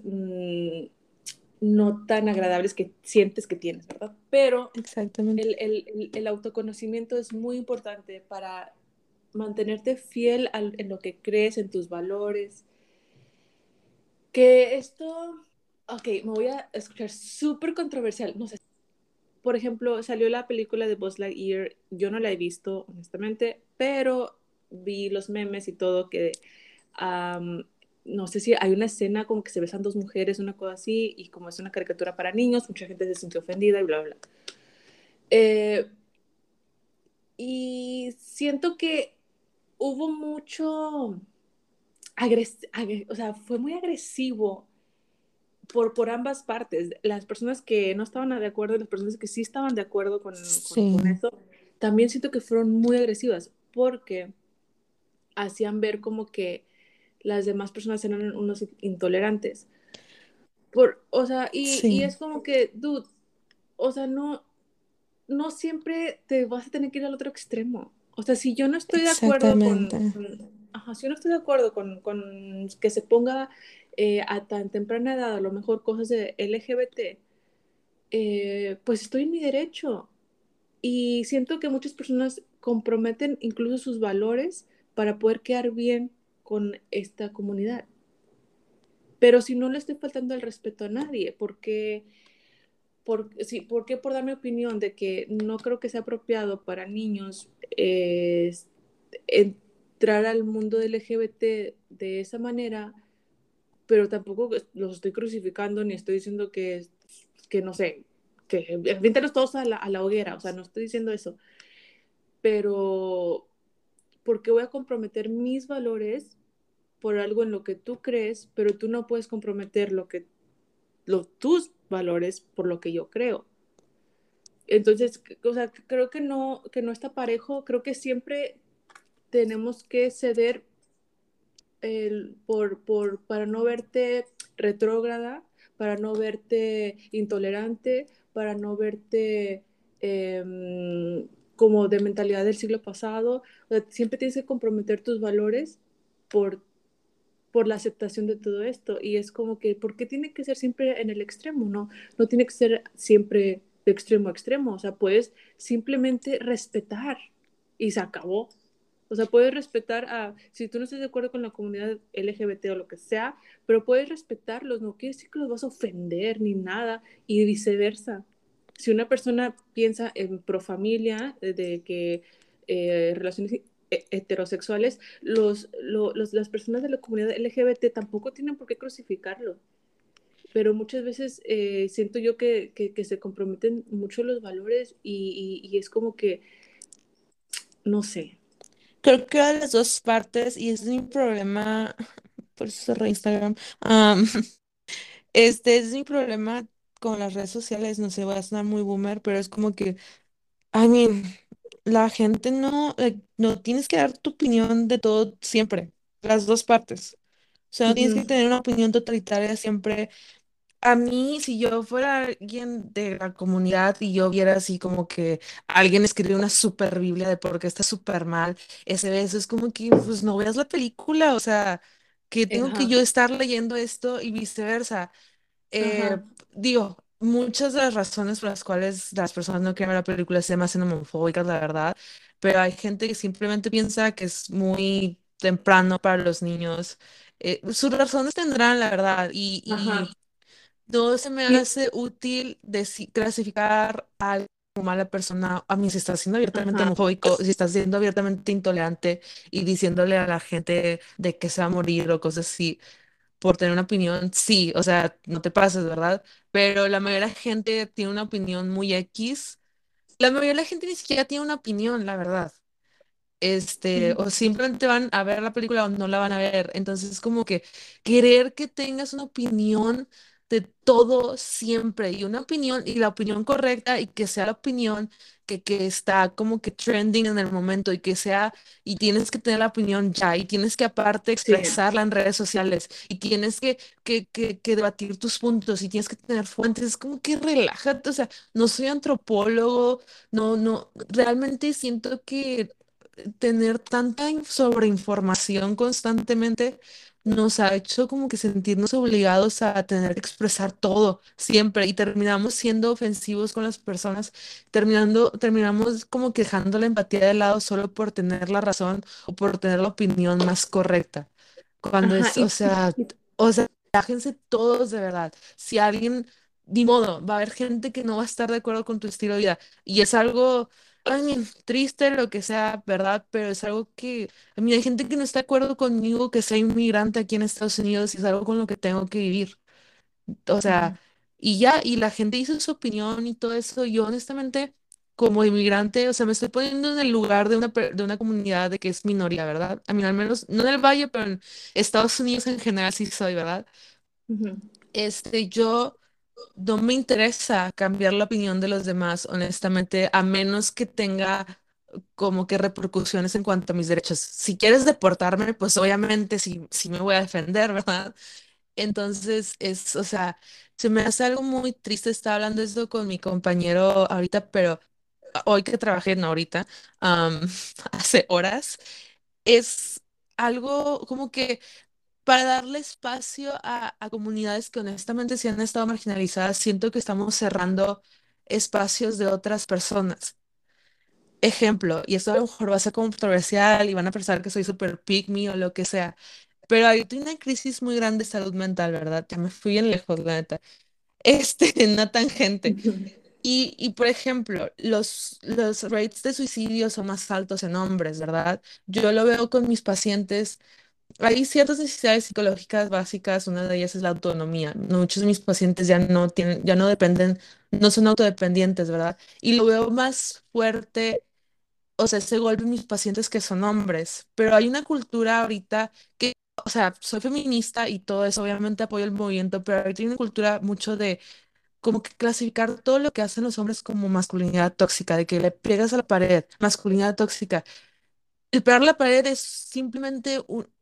no tan agradables que sientes que tienes, ¿verdad? Pero Exactamente. el autoconocimiento es muy importante para mantenerte fiel en lo que crees, en tus valores. Que esto, ok, me voy a escuchar súper controversial, no sé. Por ejemplo, salió la película de Buzz Lightyear, yo no la he visto, honestamente, pero vi los memes y todo que, um, no sé si hay una escena como que se besan dos mujeres, una cosa así, y como es una caricatura para niños, mucha gente se sintió ofendida y bla, bla, bla. Eh, y siento que hubo mucho, o sea, fue muy agresivo por ambas partes. Las personas que no estaban de acuerdo y las personas que sí estaban de acuerdo con Sí, eso, también siento que fueron muy agresivas porque hacían ver como que las demás personas eran unos intolerantes. O sea, y sí, es como que, dude, o sea, no siempre te vas a tener que ir al otro extremo. O sea, si yo no estoy de acuerdo exactamente. ajá, si yo no estoy de acuerdo con que se ponga a tan temprana edad, a lo mejor cosas de LGBT, pues estoy en mi derecho. Y siento que muchas personas comprometen incluso sus valores para poder quedar bien con esta comunidad. Pero si no le estoy faltando el respeto a nadie, sí, ¿por qué por dar mi opinión de que no creo que sea apropiado para niños entrar al mundo del LGBT de esa manera, pero tampoco los estoy crucificando ni estoy diciendo que no sé, que aviéntalos todos a la hoguera, o sea, no estoy diciendo eso, pero ¿por qué voy a comprometer mis valores por algo en lo que tú crees, pero tú no puedes comprometer tus valores por lo que yo creo? Entonces, o sea, creo que no está parejo, creo que siempre tenemos que ceder para no verte retrógrada, para no verte intolerante, para no verte como de mentalidad del siglo pasado. O sea, siempre tienes que comprometer tus valores por, por la aceptación de todo esto. Y es como que, ¿por qué tiene que ser siempre en el extremo? No tiene que ser siempre de extremo a extremo. O sea, puedes simplemente respetar y se acabó. O sea, puedes respetar si tú no estás de acuerdo con la comunidad LGBT o lo que sea, pero puedes respetarlos, no quiere decir que los vas a ofender ni nada, y viceversa. Si una persona piensa en pro familia, de que relaciones heterosexuales, las personas de la comunidad LGBT tampoco tienen por qué crucificarlo, pero muchas veces siento yo que se comprometen mucho los valores y es como que, no sé. Creo que a las dos partes, y es mi problema, por eso cerré Instagram. Este es mi problema con las redes sociales, no sé, voy a sonar muy boomer, pero es como que, I mean, la gente no tienes que dar tu opinión de todo siempre, las dos partes. O sea, no tienes Ujú. que tener una opinión totalitaria siempre. A mí, si yo fuera alguien de la comunidad y yo viera así como que alguien escribe una super Biblia de por qué está súper mal ese beso, es como que, pues no veas la película, o sea, que tengo que Ajá, yo estar leyendo esto y viceversa. Eh, ajá, digo, muchas de las razones por las cuales las personas no quieren ver la película se me hacen homofóbicas, la verdad, pero hay gente que simplemente piensa que es muy temprano para los niños. Sus razones tendrán, la verdad, ajá, y no se me y- hace útil clasificar a alguien como mala persona. A mí, si estás siendo abiertamente ajá, homofóbico, si estás siendo abiertamente intolerante y diciéndole a la gente de que se va a morir o cosas así por tener una opinión, sí, o sea, no te pases, ¿verdad? Pero la mayoría de la gente tiene una opinión muy X. La mayoría de la gente ni siquiera tiene una opinión, la verdad, o ujú, simplemente van a ver la película o no la van a ver. Entonces es como que querer que tengas una opinión de todo siempre y una opinión y la opinión correcta y que sea la opinión que está como que trending en el momento y que sea, y tienes que tener la opinión ya y tienes que aparte sí, expresarla en redes sociales y tienes que debatir tus puntos y tienes que tener fuentes. Es como que relájate, o sea, no soy antropólogo, realmente siento que tener tanta sobreinformación constantemente nos ha hecho como que sentirnos obligados a tener que expresar todo siempre y terminamos siendo ofensivos con las personas, terminamos como que dejando la empatía de lado solo por tener la razón o por tener la opinión más correcta. Cuando Ajá, es, o sea, relájense todos de verdad. Si alguien, ni modo, va a haber gente que no va a estar de acuerdo con tu estilo de vida y es algo, I mean, triste, lo que sea, ¿verdad? Pero es algo que a mí hay gente que no está de acuerdo conmigo que sea inmigrante aquí en Estados Unidos y es algo con lo que tengo que vivir. O sea, ujú, y ya, y la gente dice su opinión y todo eso. Yo honestamente, como inmigrante, o sea, me estoy poniendo en el lugar de una comunidad de que es minoría, ¿verdad? A mí al menos, no en el Valle, pero en Estados Unidos en general sí soy, ¿verdad? ujú, Yo no me interesa cambiar la opinión de los demás, honestamente, a menos que tenga como que repercusiones en cuanto a mis derechos. Si quieres deportarme, pues obviamente sí me voy a defender, ¿verdad? Entonces, o sea, se me hace algo muy triste estar hablando esto con mi compañero ahorita, pero hoy que trabajé, no ahorita, am, hace horas, es algo como que para darle espacio a comunidades que honestamente sí han estado marginalizadas, siento que estamos cerrando espacios de otras personas. Ejemplo, y esto a lo mejor va a ser controversial y van a pensar que soy súper pick me o lo que sea, pero hay una crisis muy grande de salud mental, ¿verdad? Ya me fui en lejos, la neta. En una tangente. ujú, Y por ejemplo, los rates de suicidio son más altos en hombres, ¿verdad? Yo lo veo con mis pacientes. Hay ciertas necesidades psicológicas básicas, una de ellas es la autonomía. Muchos de mis pacientes ya no dependen, no son autodependientes, ¿verdad? Y lo veo más fuerte, o sea, ese golpe en mis pacientes que son hombres, pero hay una cultura ahorita que, o sea, soy feminista y todo eso, obviamente apoyo el movimiento, pero ahorita hay una cultura mucho de como que clasificar todo lo que hacen los hombres como masculinidad tóxica, de que le pegas a la pared, masculinidad tóxica. El pegar la pared es simplemente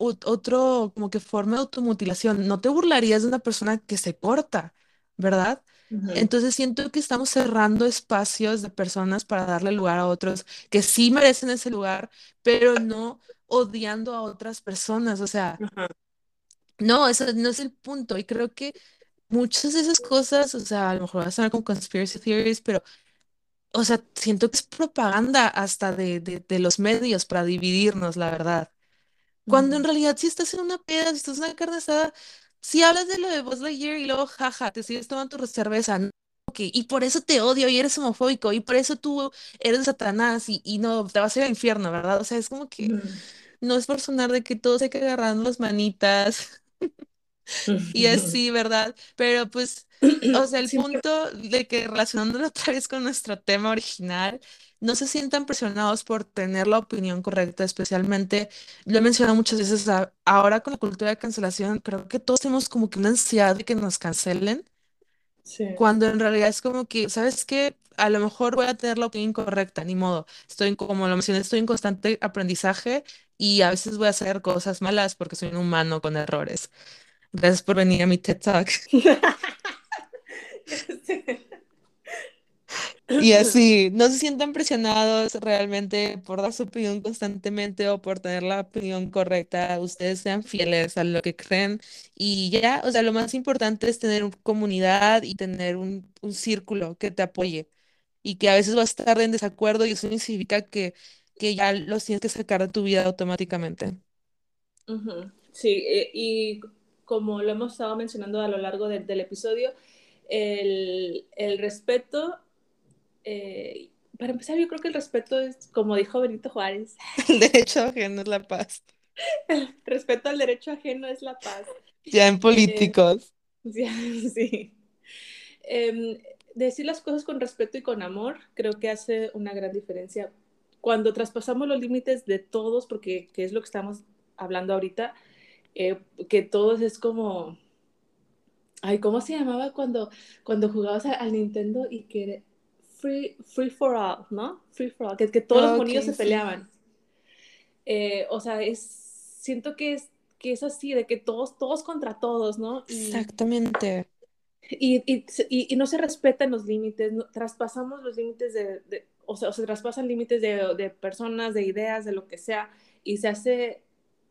otro como que forma de automutilación. No te burlarías de una persona que se corta, ¿verdad? ujú, Entonces siento que estamos cerrando espacios de personas para darle lugar a otros que sí merecen ese lugar, pero no odiando a otras personas. O sea, ajá, no, ese no es el punto. Y creo que muchas de esas cosas, o sea, a lo mejor va a sonar como conspiracy theories, pero, o sea, siento que es propaganda hasta de los medios para dividirnos, la verdad. Cuando en ujú, realidad si estás en una peda, si estás en una carne asada, si hablas de lo de Buzz Lightyear y luego, jaja, te sigues tomando tu cerveza, no, ok, y por eso te odio y eres homofóbico y por eso tú eres Satanás y no, te vas a ir al infierno, ¿verdad? O sea, es como que ujú, no es por sonar de que todos hay que agarrar las manitas y ujú. así, ¿verdad? Pero pues, o sea, el Sí, punto de que relacionándolo otra vez con nuestro tema original, no se sientan presionados por tener la opinión correcta, especialmente, lo he mencionado muchas veces, ahora con la cultura de cancelación, creo que todos tenemos como que una ansiedad de que nos cancelen, sí. cuando en realidad es como que, ¿sabes qué? A lo mejor voy a tener la opinión incorrecta, ni modo. Como lo mencioné, estoy en constante aprendizaje y a veces voy a hacer cosas malas porque soy un humano con errores. Gracias por venir a mi TED Talk. Sí. Y así, no se sientan presionados realmente por dar su opinión constantemente o por tener la opinión correcta. Ustedes sean fieles a lo que creen y ya, o sea, lo más importante es tener una comunidad y tener un círculo que te apoye y que a veces vas a estar en desacuerdo y eso no significa que ya los tienes que sacar de tu vida automáticamente. Ujú. Sí, y como lo hemos estado mencionando a lo largo del episodio, el respeto, para empezar, yo creo que el respeto es, como dijo Benito Juárez, El derecho ajeno es la paz. el respeto al derecho ajeno es la paz. Ya en Eh, políticos. sí, sí. Decir las cosas con respeto y con amor creo que hace una gran diferencia. Cuando traspasamos los límites de todos, porque que es lo que estamos hablando ahorita, que todos es como, ay, ¿cómo se llamaba cuando jugabas al Nintendo y que era free for all, ¿no? Free for all, que todos los Ok, monillos se sí. peleaban. O sea, siento que es así, de que todos contra todos, ¿no? Exactamente. Y no se respetan los límites, traspasamos los límites o se traspasan límites de personas, de ideas, de lo que sea, y se hace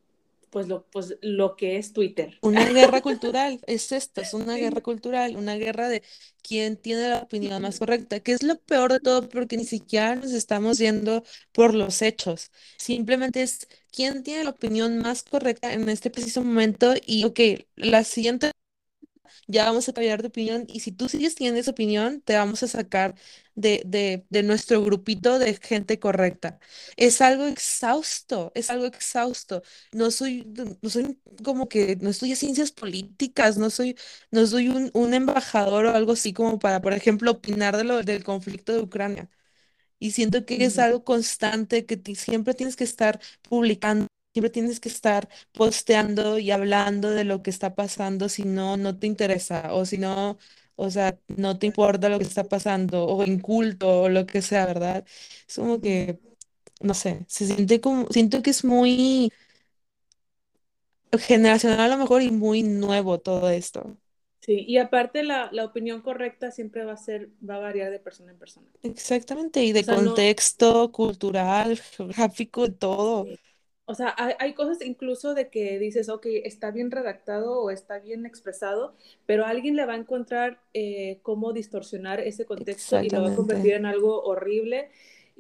pues lo que es Twitter. Una guerra cultural, es esto, es una guerra cultural, una guerra de quién tiene la opinión más correcta, que es lo peor de todo porque ni siquiera nos estamos yendo por los hechos, simplemente es quién tiene la opinión más correcta en este preciso momento y, ok, la siguiente ya vamos a cambiar de opinión y si tú sigues teniendo esa opinión, te vamos a sacar de nuestro grupito de gente correcta. Es algo exhausto, es algo exhausto. No soy como que, no estudié ciencias políticas, no soy un embajador o algo así como para, por ejemplo, opinar del conflicto de Ucrania. Y siento que es Ujú. algo constante que siempre tienes que estar publicando, siempre tienes que estar posteando y hablando de lo que está pasando, si no, no te interesa, o si no, o sea, no te importa lo que está pasando, o inculto, o lo que sea, ¿verdad? Es como Ujú. que, no sé, siento que es muy generacional a lo mejor y muy nuevo todo esto. Sí, y aparte la opinión correcta siempre va a variar de persona en persona. Exactamente, y O de sea, no, contexto cultural, geográfico, todo. sí. O sea, hay cosas incluso de que dices, ok, está bien redactado o está bien expresado, pero alguien le va a encontrar cómo distorsionar ese contexto y lo va a convertir Exactamente. en algo horrible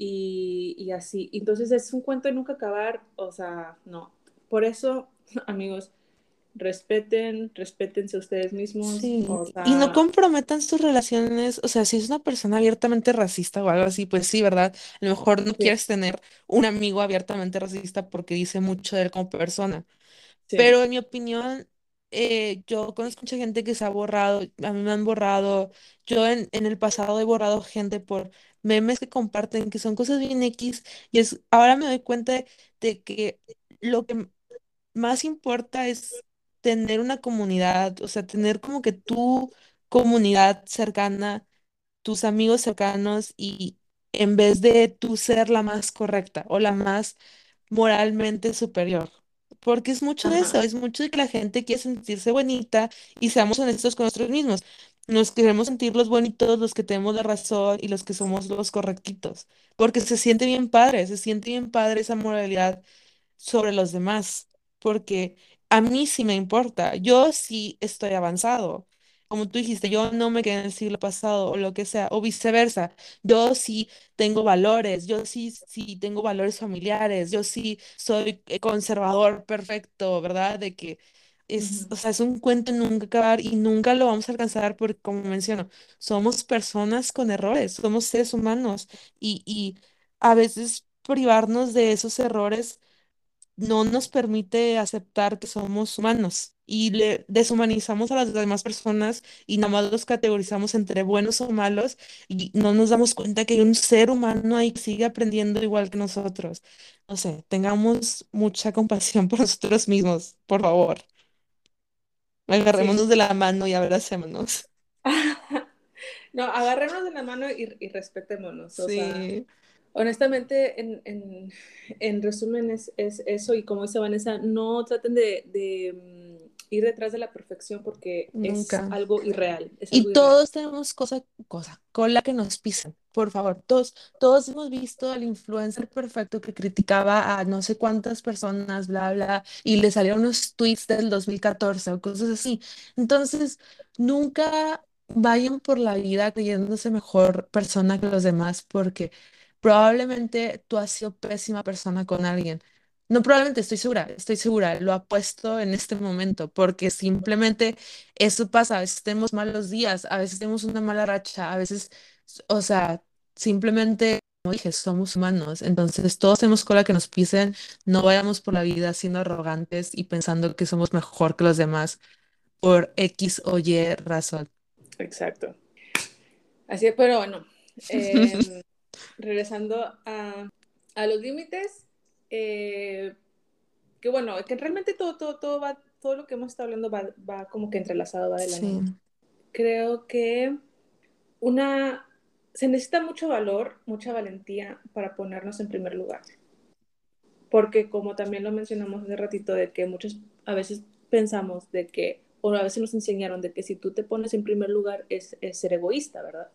y así. Entonces es un cuento de nunca acabar, o sea, no. Por eso, amigos, respétense ustedes mismos, Sí, o y no sea, comprometan sus relaciones, o sea, si es una persona abiertamente racista o algo así, pues sí, ¿verdad? A lo mejor no sí, quieres tener un amigo abiertamente racista porque dice mucho de él como persona, sí. pero en mi opinión, yo conozco mucha gente que se ha borrado, a mí me han borrado, yo en el pasado he borrado gente por memes que comparten, que son cosas bien X, ahora me doy cuenta de que lo que más importa es tener una comunidad, o sea, tener como que tu comunidad cercana, tus amigos cercanos y en vez de tú ser la más correcta o la más moralmente superior. Porque es mucho de eso, Ajá, es mucho de que la gente quiere sentirse bonita y seamos honestos con nosotros mismos. Nos queremos sentir los bonitos, los que tenemos la razón y los que somos los correctitos. Porque se siente bien padre esa moralidad sobre los demás, porque a mí sí me importa, yo sí estoy avanzado. Como tú dijiste, yo no me quedé en el siglo pasado o lo que sea, o viceversa. Yo sí tengo valores, yo sí tengo valores familiares, yo sí soy conservador perfecto, ¿verdad? De que ujú, o sea, es un cuento en nunca acabar y nunca lo vamos a alcanzar porque, como menciono, somos personas con errores, somos seres humanos y a veces privarnos de esos errores no nos permite aceptar que somos humanos y le deshumanizamos a las demás personas y nada más los categorizamos entre buenos o malos y no nos damos cuenta que hay un ser humano ahí que sigue aprendiendo igual que nosotros. No sé, tengamos mucha compasión por nosotros mismos, por favor. sí. Agarrémonos de la mano y abracémonos. No, agarrémonos de la mano y respetémonos. O sea, Sí, honestamente, en resumen es eso. Y como dice Vanessa, no traten de ir detrás de la perfección porque es nunca. algo irreal, es Y algo irreal. todos tenemos cola que nos pisan, por favor. Todos hemos visto al influencer perfecto que criticaba a no sé cuántas personas, bla, bla, y le salieron unos tweets del 2014 o cosas así. Entonces, nunca vayan por la vida creyéndose mejor persona que los demás, porque tú has sido pésima persona con alguien. No, probablemente estoy segura, lo apuesto en este momento, porque simplemente eso pasa, a veces tenemos malos días, a veces tenemos una mala racha, a veces, o sea, simplemente, como dije, somos humanos, entonces todos tenemos cola que nos pisen, no vayamos por la vida siendo arrogantes y pensando que somos mejor que los demás por X o Y razón. Exacto. Así es, pero bueno, eh, regresando a los límites, eh, que bueno, que realmente todo va, todo lo que hemos estado hablando va como que entrelazado, va de la mano. Sí, Creo que una, se necesita mucho valor, mucha valentía para ponernos en primer lugar, porque como también lo mencionamos hace ratito, de que muchos a veces pensamos de que, o a veces nos enseñaron de que si tú te pones en primer lugar es ser egoísta, ¿verdad?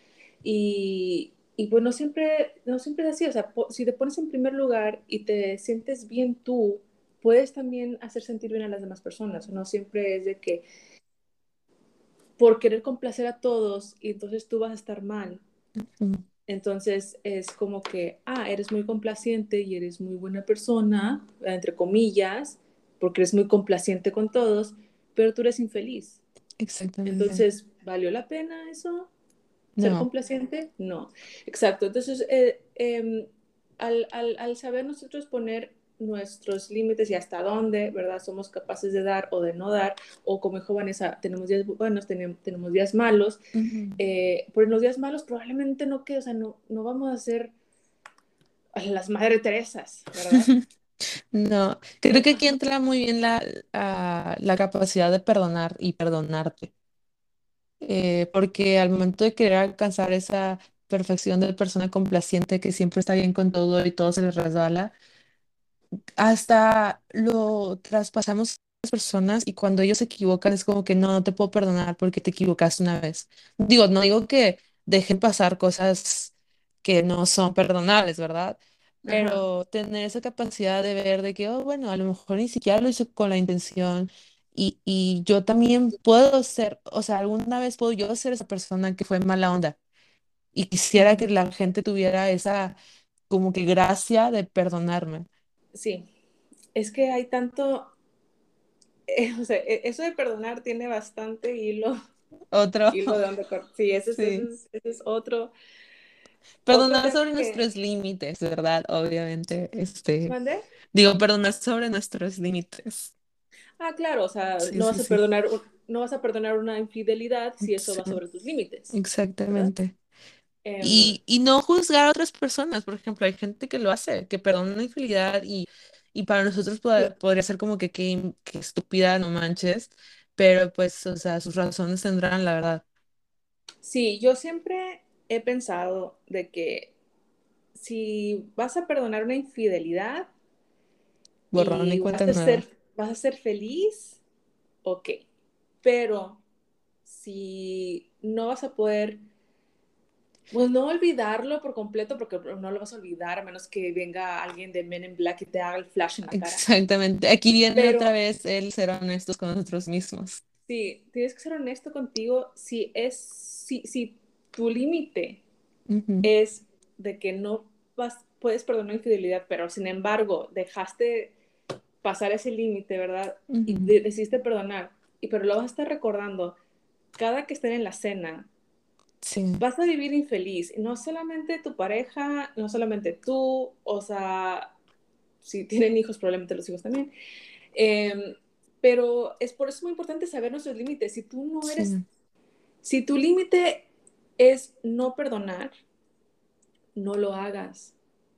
Y pues no siempre es así, o sea, si te pones en primer lugar y te sientes bien tú puedes también hacer sentir bien a las demás personas. No siempre es de que por querer complacer a todos y entonces tú vas a estar mal. Mm, Entonces es como que, eres muy complaciente y eres muy buena persona, entre comillas, porque eres muy complaciente con todos, pero tú eres infeliz. exactamente. Entonces, ¿valió la pena eso? ¿Ser No, complaciente? No. Exacto. Entonces, al saber nosotros poner nuestros límites y hasta dónde, ¿verdad? Somos capaces de dar o de no dar, o como dijo Vanessa, tenemos días buenos, tenemos días malos, ujú, pero en los días malos probablemente no que, o sea, no vamos a ser las Madre Teresas, ¿verdad? no, creo que aquí Ajá. entra muy bien la capacidad de perdonar y perdonarte. Porque al momento de querer alcanzar esa perfección de persona complaciente que siempre está bien con todo y todo se le resbala, hasta lo traspasamos a las personas y cuando ellos se equivocan es como que no, no te puedo perdonar porque te equivocaste una vez. Digo, no digo que dejen pasar cosas que no son perdonables, ¿verdad? Ajá. Pero tener esa capacidad de ver de que, oh, bueno, a lo mejor ni siquiera lo hizo con la intención y yo también puedo ser, o sea, alguna vez puedo yo ser esa persona que fue mala onda y quisiera que Ujú. la gente tuviera esa como que gracia de perdonarme. Sí, es que hay tanto, o sea, eso de perdonar tiene bastante hilo, Otro, hilo de donde sí, sí. ese es otro Perdonar tema sobre que nuestros límites, ¿verdad? Obviamente, mandé. digo, perdonar sobre nuestros límites. Claro, o sea, Sí, sí, sí. no vas a perdonar una infidelidad si eso Sí, va sobre tus límites, ¿verdad? exactamente. Em, Y no juzgar a otras personas, por ejemplo, hay gente que lo hace, que perdona una infidelidad y para nosotros sí, podría ser como que qué estúpida, no manches, pero pues, o sea, sus razones tendrán, la verdad. sí, yo siempre he pensado de que si vas a perdonar una infidelidad Borrón y y cuenta nueva. vas a ser feliz, ok, pero si no vas a poder, pues no olvidarlo por completo, porque no lo vas a olvidar a menos que venga alguien de Men in Black y te haga el flash en la cara. Exactamente. Aquí viene otra Pero vez el ser honestos con nosotros mismos. sí, tienes que ser honesto contigo. Si tu límite Ujú, es de que no puedes perdonar infidelidad, pero sin embargo dejaste pasar ese límite, ¿verdad? Y ujú. decidiste perdonar, pero lo vas a estar recordando cada que estén en la cena, Sí. vas a vivir infeliz. No solamente tu pareja, no solamente tú, o sea, si tienen hijos, probablemente los hijos también. Eh, pero es por eso muy importante saber nuestros límites. Si tú no eres, Sí. si tu límite es no perdonar, no lo hagas.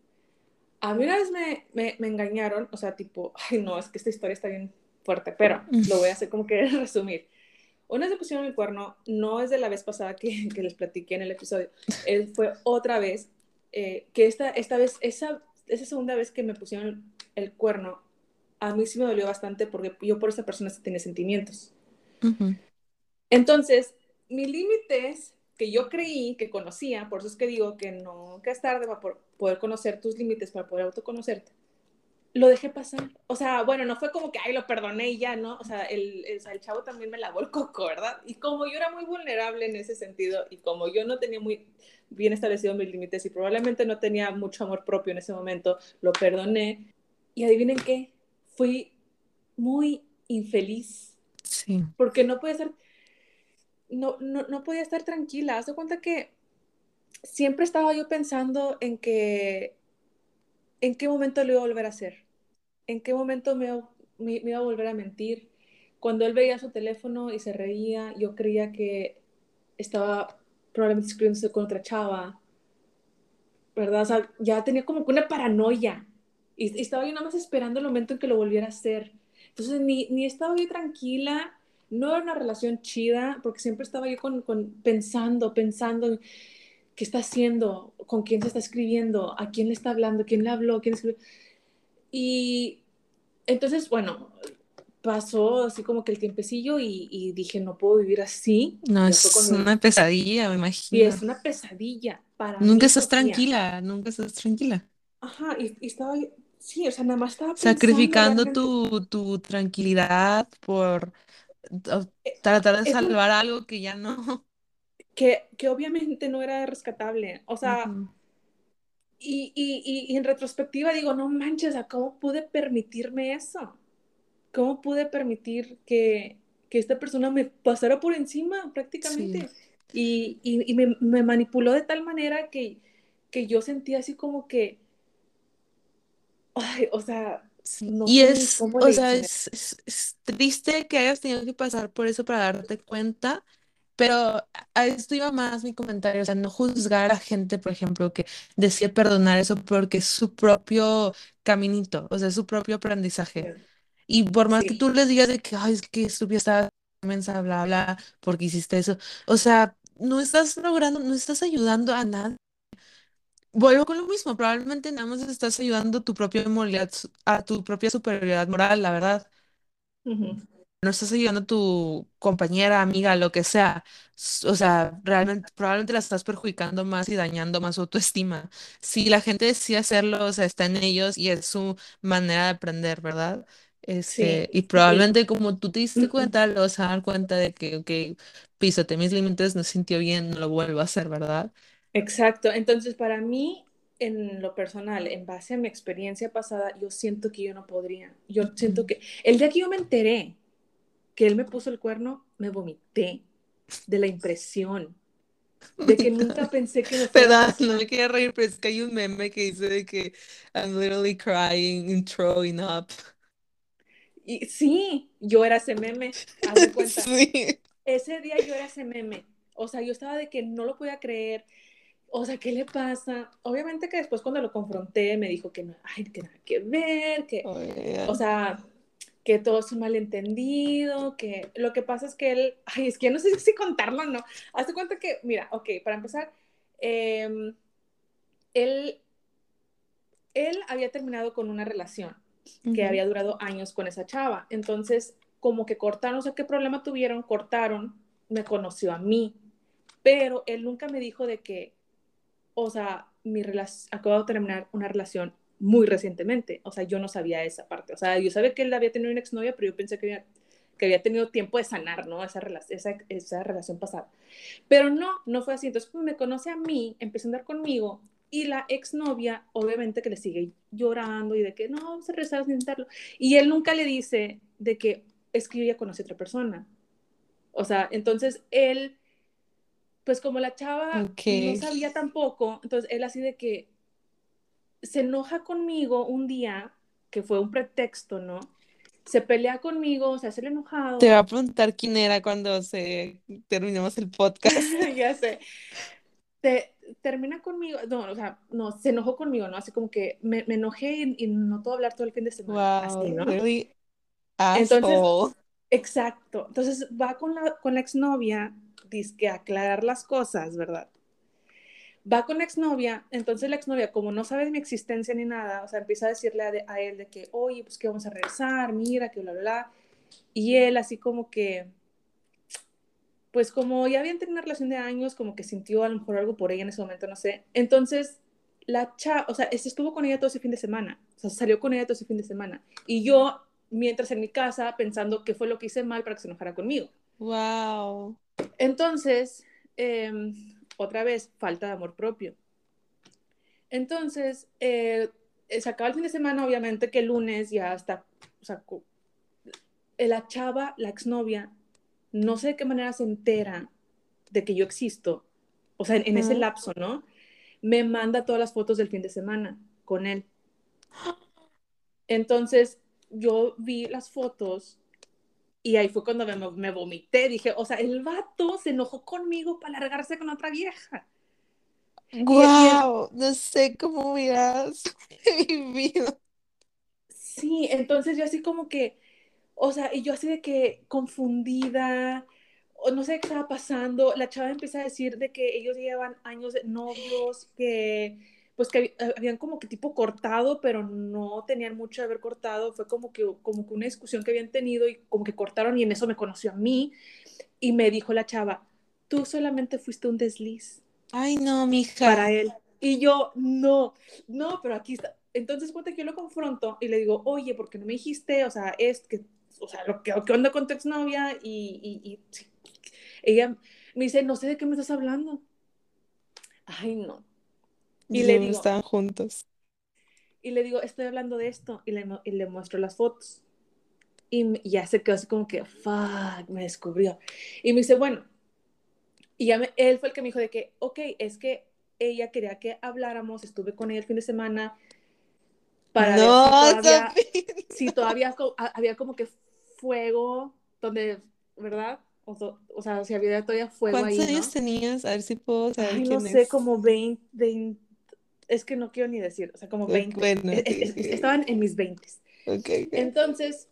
A mí una vez me engañaron, o sea, tipo, ay no, es que esta historia está bien fuerte, pero lo voy a hacer como que resumir. Una vez me pusieron el cuerno, no es de la vez pasada que les platiqué en el episodio, fue otra vez, que esta vez, esa segunda vez que me pusieron el cuerno, a mí sí me dolió bastante porque yo por esa persona sí tenía sentimientos. Ujú, Entonces, mis límites que yo creí que conocía, por eso es que digo que no, que es tarde para poder conocer tus límites, para poder autoconocerte, lo dejé pasar. O sea, bueno, no fue como que, ay, lo perdoné y ya, ¿no? O sea, el chavo también me lavó el coco, ¿verdad? Y como yo era muy vulnerable en ese sentido y como yo no tenía muy bien establecido mis límites y probablemente no tenía mucho amor propio en ese momento, lo perdoné. Y adivinen qué, fui muy infeliz sí. porque no podía estar tranquila. Haz de cuenta que siempre estaba yo pensando en qué momento lo iba a volver a hacer, en qué momento me iba a volver a mentir. Cuando él veía su teléfono y se reía, yo creía que estaba probablemente escribiéndose con otra chava, ¿verdad? O sea, ya tenía como que una paranoia. Y estaba yo nada más esperando el momento en que lo volviera a hacer. Entonces, ni estaba yo tranquila, no era una relación chida, porque siempre estaba yo pensando, qué está haciendo, con quién se está escribiendo, a quién le está hablando, quién le habló, quién escribió. Y entonces, bueno, pasó así como que el tiempecillo y dije, no puedo vivir así. No, Ya fue es cuando, una pesadilla, me y es imagino. una pesadilla para Nunca mí, estás Sofía. tranquila, nunca estás tranquila. Ajá, y estaba, sí, o sea, nada más estaba pensando Sacrificando realmente. tu tranquilidad por eh, tratar de Es un, salvar algo que ya no. que obviamente no era rescatable. O sea, Ujú. y en retrospectiva digo, no manches, ¿a cómo pude permitirme eso? ¿Cómo pude permitir que esta persona me pasara por encima Sí, prácticamente? Y me manipuló de tal manera que yo sentía así como que, ay, o sea, sí. no Y sé ni cómo o le sea, hice. es triste que hayas tenido que pasar por eso para darte cuenta. Pero a esto iba más mi comentario, o sea, no juzgar a gente, por ejemplo, que decide perdonar eso porque es su propio caminito, o sea, es su propio aprendizaje. Y por más que Sí. tú les digas de que, ay, es que estúpida estaba mensa, bla, bla, porque hiciste eso, o sea, no estás logrando, no estás ayudando a nada. Vuelvo con lo mismo, probablemente nada más estás ayudando a tu propia moralidad, a tu propia superioridad moral, la verdad. Ujú. No estás ayudando a tu compañera, amiga, lo que sea. O sea, realmente, probablemente la estás perjudicando más y dañando más su autoestima. Si la gente decide hacerlo, o sea, está en ellos y es su manera de aprender, ¿verdad? Sí, Y sí. probablemente como tú te diste cuenta, lo vas a dar cuenta de que, ok, pisoteé mis límites, no se sintió bien, no lo vuelvo a hacer, ¿verdad? Exacto. Entonces, para mí, en lo personal, en base a mi experiencia pasada, yo siento que yo no podría. Yo siento Ujú. que el día que yo me enteré que él me puso el cuerno, me vomité de la impresión, de que nunca pensé que me fuera a Perdón, no pasar. me quería reír, pero es que hay un meme que dice de que I'm literally crying and throwing up. Y sí, yo era ese meme, haz de cuenta. Sí. Ese día yo era ese meme. O sea, yo estaba de que no lo podía creer. O sea, ¿qué le pasa? Obviamente que después cuando lo confronté me dijo que no, ay, que nada que ver, que, o Oigan. sea, que todo es un malentendido, que lo que pasa es que él, ay, es que ya no sé si contarlo o no. Hazte cuenta que, mira, ok, para empezar, eh, él, él había terminado con una relación que Ujú. había durado años con esa chava. Entonces, como que cortaron, no sé qué problema tuvieron, cortaron, me conoció a mí, pero él nunca me dijo de que, o sea, acabo de terminar una relación muy recientemente, o sea, yo no sabía esa parte, o sea, yo sabía que él había tenido una exnovia, pero yo pensé que había tenido tiempo de sanar, ¿no? Esa relación pasada. Pero no, no fue así. Entonces, pues, me conoce a mí, empezó a andar conmigo y la exnovia, obviamente que le sigue llorando y de que no, vamos a regresar a intentarlo. Y él nunca le dice de que es que yo ya conocí a otra persona. O sea, entonces él, pues como la chava Ok. no sabía tampoco, entonces él así de que se enoja conmigo un día, que fue un pretexto, ¿no? Se pelea conmigo, se hace el Te enojado. va a preguntar quién era cuando se terminemos el podcast. Ya sé. Te, termina conmigo, no, o sea, no, se enojó conmigo, ¿no? Así como que me enojé y no puedo hablar todo el fin de semana, así, Wow, ¿no? really Entonces, asshole. exacto. Entonces va con la exnovia, dice a aclarar las cosas, ¿verdad? Va con la exnovia, entonces la exnovia, como no sabe de mi existencia ni nada, o sea, empieza a decirle a él de que, oye, pues que vamos a regresar, mira, que bla, bla, bla. Y él así como que, pues como ya habían tenido una relación de años, como que sintió a lo mejor algo por ella en ese momento, no sé. Entonces, la chava, o sea, estuvo con ella todo ese fin de semana, o sea, salió con ella todo ese fin de semana. Y yo, mientras en mi casa, pensando qué fue lo que hice mal para que se enojara conmigo. Wow. Entonces, eh, otra vez, falta de amor propio. Entonces, se acaba el fin de semana, obviamente que el lunes ya está, o sea, la chava, la exnovia, no sé de qué manera se entera de que yo existo, o sea, en ese Ajá. lapso, ¿no? Me manda todas las fotos del fin de semana con él. Entonces, yo vi las fotos y ahí fue cuando me vomité. Dije, o sea, el vato se enojó conmigo para largarse con otra vieja. Y Wow, no sé cómo hubieras vivido. sí, entonces yo así como que, o sea, y yo así de que confundida, o no sé qué estaba pasando. La chava empieza a decir de que ellos llevan años de novios, que pues que habían como que tipo cortado, pero no tenían mucho de haber cortado. Fue como que una discusión que habían tenido y como que cortaron y en eso me conoció a mí y me dijo la chava, tú solamente fuiste un desliz Ay, no, mija. para él. Y yo, no, no, pero aquí está. entonces cuenta que yo lo confronto y le digo, oye, ¿por qué no me dijiste? O sea, es que, o sea, ¿qué onda con tu exnovia? Y sí. Ella me dice, no sé de qué me estás hablando. Ay, no. Y le Seguro digo, estaban juntos. estoy hablando de esto. Y le muestro las fotos. Y ya se quedó así como que, fuck, me descubrió. Y me dice, bueno, él fue el que me dijo de que, ok, es que ella quería que habláramos, estuve con ella el fin de semana para ver No, Sophie, si no. todavía había como que fuego, donde, ¿verdad? O sea, si había todavía fuego ¿Cuántos ahí, años ¿no? tenías? A ver si puedo saber Ay, no quién sé, es. como 20 es que no quiero ni decir, o sea, como Ok, 20. bueno, ok, ok. Estaban en mis 20. Ok, ok. Entonces,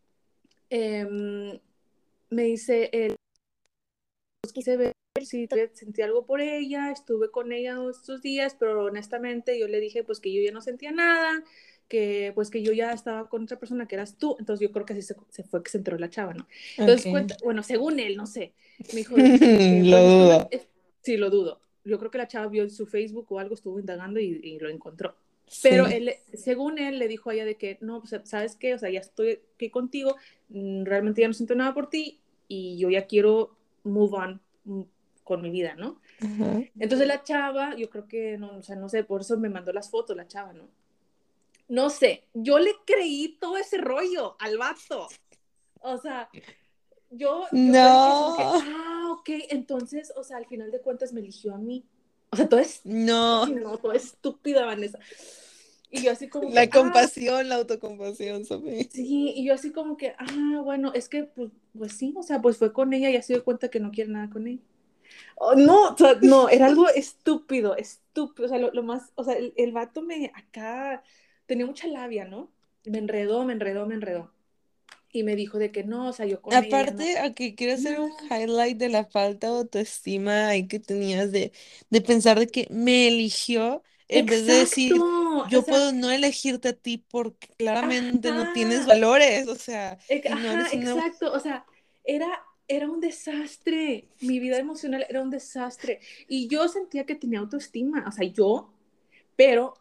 me dice él, pues quise ver si sentí algo por ella, estuve con ella estos días, pero honestamente yo le dije pues que yo ya no sentía nada, que pues que yo ya estaba con otra persona que eras tú, entonces yo creo que así se fue que se enteró la chava, ¿no? Entonces Ok. cuenta, bueno, según él, no sé, me dijo que Lo pues dudo. sí, lo dudo, yo creo que la chava vio en su Facebook o algo, estuvo indagando y lo encontró. Pero Sí. él, según él, le dijo a ella de que, no, pues, ¿sabes qué? O sea, ya estoy aquí contigo, realmente ya no siento nada por ti y yo ya quiero move on con mi vida, ¿no? Ajá. Entonces la chava, yo creo que, no, o sea, no sé, por eso me mandó las fotos la chava, ¿no? No sé, yo le creí todo ese rollo al vato. O sea, yo dije así como que, No, ok, entonces, o sea, al final de cuentas me eligió a mí. O sea, todo es, no. ay, no, toda estúpida, Vanessa. Y yo así como que, La compasión, la autocompasión, Sophie. sí, y yo así como que, bueno, es que, pues sí, o sea, pues fue con ella y ya se dio cuenta que no quiere nada con ella. Oh, no, o sea, no, era algo estúpido, estúpido, o sea, lo más, o sea, el vato acá, tenía mucha labia, ¿no? Me enredó, me enredó, me enredó. Y me dijo de que no, o sea, yo con ella ya no, Aparte, aquí quiero hacer un no, highlight de la falta de autoestima ahí que tenías de pensar de que me eligió en vez de exacto, decir, o yo sea, puedo no elegirte a ti porque claramente no tienes ajá, valores, o sea, y no ajá, eres una... exacto, o sea, era un desastre, mi vida emocional era un desastre. Y yo sentía que tenía autoestima, o sea, pero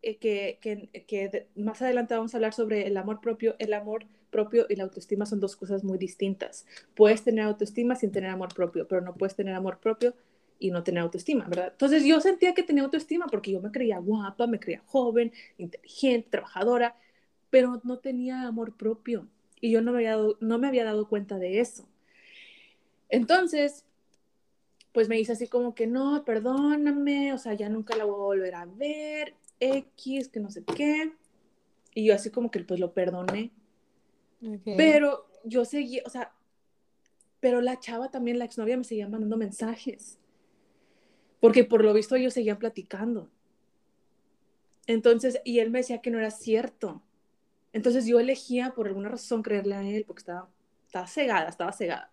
más adelante vamos a hablar sobre el amor propio. El amor propio y la autoestima son dos cosas muy distintas. Puedes tener autoestima sin tener amor propio, pero no puedes tener amor propio y no tener autoestima, ¿verdad? Entonces yo sentía que tenía autoestima porque yo me creía guapa, me creía joven, inteligente, trabajadora, pero no tenía amor propio y yo no me había dado cuenta de eso. Entonces, pues me dice así como que no, perdóname, o sea, ya nunca la voy a volver a ver, X, que no sé qué. Y yo así como que pues lo perdoné. Okay. Pero yo seguí, o sea, pero la chava también, la exnovia, me seguía mandando mensajes. Porque por lo visto ellos seguían platicando. Entonces, y él me decía que no era cierto. Entonces yo elegía por alguna razón creerle a él, porque estaba cegada, estaba cegada.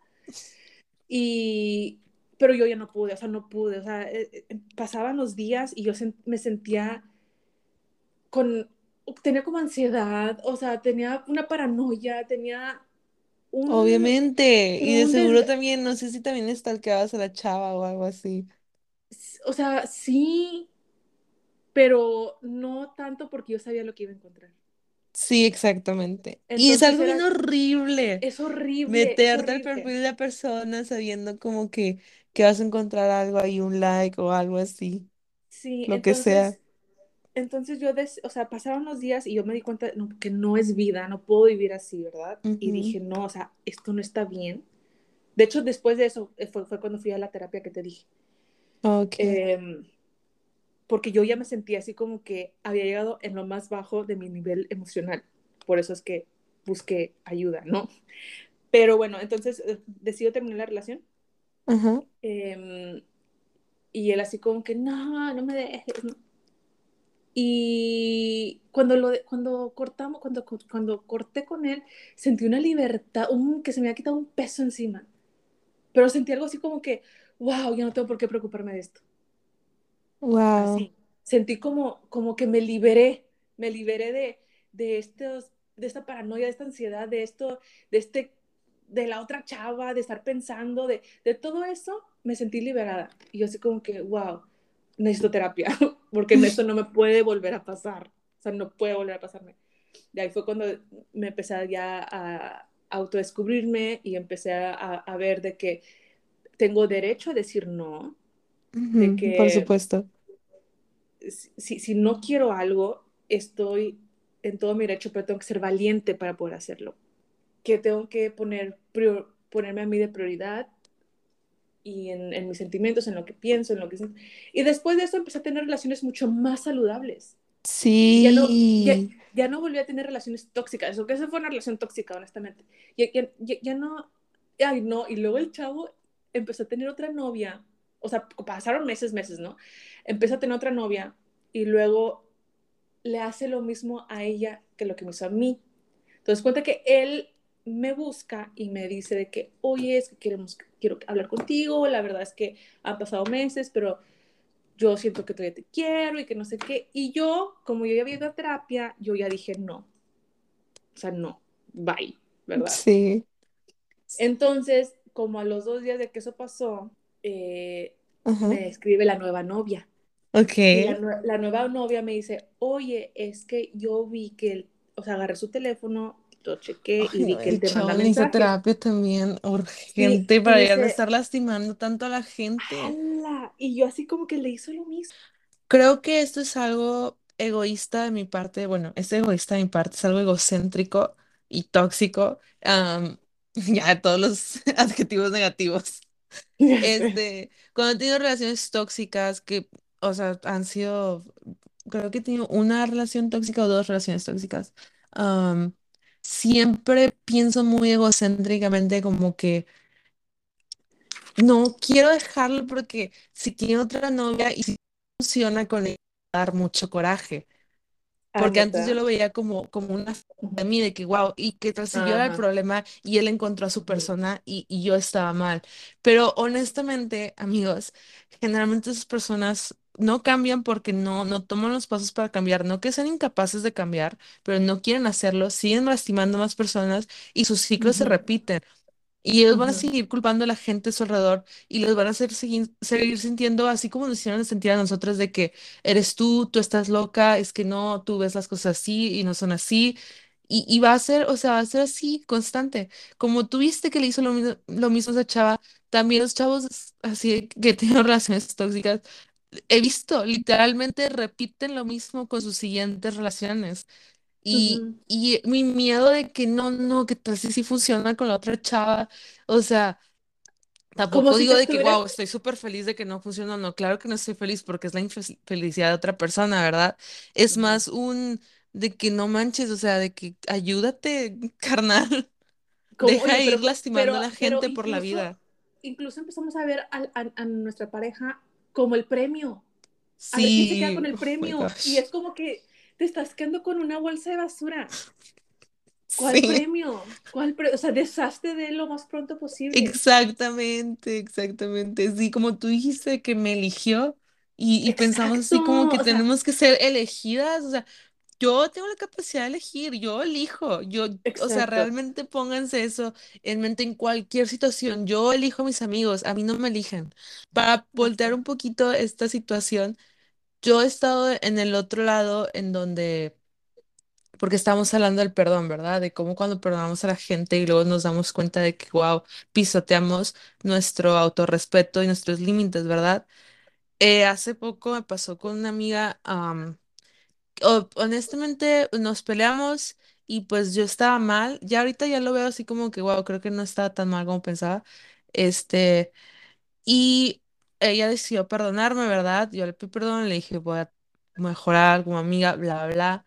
Y, pero yo ya no pude, o sea, no pude, o sea, pasaban los días y yo me sentía con, tenía como ansiedad, o sea, tenía una paranoia, tenía un, Obviamente, y de un seguro desga- también, no sé si también stalkeabas a la chava o algo así. o sea, sí, pero no tanto porque yo sabía lo que iba a encontrar. Sí, exactamente. Y es Entonces algo bien horrible. es Meterte al horrible. perfil de la persona sabiendo como que vas a encontrar algo ahí, un like o algo así, Sí, lo que sea. entonces o sea, pasaron los días y yo me di cuenta no, que no es vida, no puedo vivir así, ¿verdad? Y Ujú. dije, no, o sea, esto no está bien. De hecho, después de eso fue cuando fui a la terapia que te dije. Ok. Eh, Porque yo ya me sentía así como que había llegado en lo más bajo de mi nivel emocional. Por eso es que busqué ayuda, ¿no? Pero bueno, entonces decido terminar la relación. Ajá. eh, y él así como que, no, no me dejes, ¿no? Y cuando corté con él, sentí una libertad, que se me había quitado un peso encima. Pero sentí algo así como que, wow, ya no tengo por qué preocuparme de esto. Wow. Así. Sentí como que me liberé de esta paranoia, de esta ansiedad, de este, de la otra chava, de estar pensando, de todo eso, me sentí liberada. Y yo así como que, wow, necesito terapia, porque esto no me puede volver a pasar. O sea, no puede volver a pasarme. De ahí fue cuando me empecé ya a autodescubrirme y empecé a ver de que tengo derecho a decir no, de Ujú, por que supuesto. si no quiero algo, estoy en todo mi derecho, pero tengo que ser valiente para poder hacerlo. Que tengo que ponerme a mí de prioridad y en mis sentimientos, en lo que pienso, en lo que siento. Y después de eso empecé a tener relaciones mucho más saludables. Ya no, ya, Sí. ya no volví a tener relaciones tóxicas. Eso que eso fue una relación tóxica, honestamente. Ya no, ay, no. Y luego el chavo empezó a tener otra novia. O sea, pasaron meses, ¿no? Empezó a tener otra novia y luego le hace lo mismo a ella que lo que me hizo a mí. Entonces cuenta que él me busca y me dice de que, oye, es que quiero hablar contigo, la verdad es que han pasado meses, pero yo siento que todavía te quiero y que no sé qué. Y yo, como yo ya había ido a terapia, yo ya dije no, o sea, no, bye, ¿verdad? Sí. Entonces, como a los 2 días de que eso pasó, Ajá. me escribe la nueva novia. Y Ok. la nueva novia me dice, oye, es que yo vi que él, o sea, agarré su teléfono, lo chequé Ay, y vi no, que él el te manda chavo necesita mensajes. terapia también, Sí, urgente, y para ya no dice, estar lastimando tanto a la gente. ¡hala! Y yo así como que le hizo lo mismo. Creo que esto es algo egoísta de mi parte, bueno, es egoísta de mi parte, es algo egocéntrico y tóxico. Ya, todos los adjetivos negativos. Ya sé. Cuando he tenido relaciones tóxicas que, o sea, han sido, creo que he tenido una relación tóxica o dos relaciones tóxicas. am, Siempre pienso muy egocéntricamente como que no quiero dejarlo porque si tiene otra novia y si funciona con ella, va a dar mucho coraje. Ah, Porque antes yo neta. lo veía como una f- de Ujú. mí, de que wow, y que tal si yo era el Ajá. problema y él encontró a su Ujú. persona y yo estaba mal. Pero honestamente, amigos, generalmente esas personas no cambian porque no toman los pasos para cambiar, no que sean incapaces de cambiar, pero no quieren hacerlo, siguen lastimando a más personas y sus ciclos se Ujú. repiten. Y ellos van a Ujú. seguir culpando a la gente a su alrededor y los van a hacer seguir sintiendo así como nos hicieron sentir a nosotros de que eres tú estás loca, es que no, tú ves las cosas así y no son así. Y va a ser, o sea, va a ser así constante. Como tuviste que le hizo lo mismo a esa chava, también los chavos así que tienen relaciones tóxicas, he visto, literalmente repiten lo mismo con sus siguientes relaciones. Ujú. Y mi miedo de que no, que tal si sí funciona con la otra chava. O sea, Como tampoco si te digo de que, estuvieras, wow, estoy súper feliz de que no funcionó. No, claro que no estoy feliz porque es la infelicidad de otra persona, ¿verdad? Es ujú, más un de que no manches, o sea, de que ayúdate, carnal. como, Deja oye, de ir lastimando a la pero gente por la vida. incluso empezamos a ver a nuestra pareja como el premio. A ver quién se queda con Sí, el oh my premio. Y gosh. es como que te estás quedando con una bolsa de basura. ¿Cuál Sí. premio? O sea, deshazte de él lo más pronto posible. Exactamente, exactamente. Sí, como tú dijiste que me eligió y pensamos Exacto. así como que O sea, tenemos que ser elegidas. O sea, yo tengo la capacidad de elegir, yo elijo. O sea, exacto. realmente pónganse eso en mente en cualquier situación. Yo elijo a mis amigos, a mí no me eligen. Para voltear un Ajá. poquito esta situación, yo he estado en el otro lado en donde porque estamos hablando del perdón, ¿verdad? De cómo cuando perdonamos a la gente y luego nos damos cuenta de que, wow, pisoteamos nuestro autorrespeto y nuestros límites, ¿verdad? Hace poco me pasó con una amiga, honestamente nos peleamos y pues yo estaba mal, ya ahorita ya lo veo así como que, wow, creo que no estaba tan mal como pensaba, este, y ella decidió perdonarme, ¿verdad? Yo le pedí perdón, le dije, voy a mejorar como amiga, bla, bla. Bla.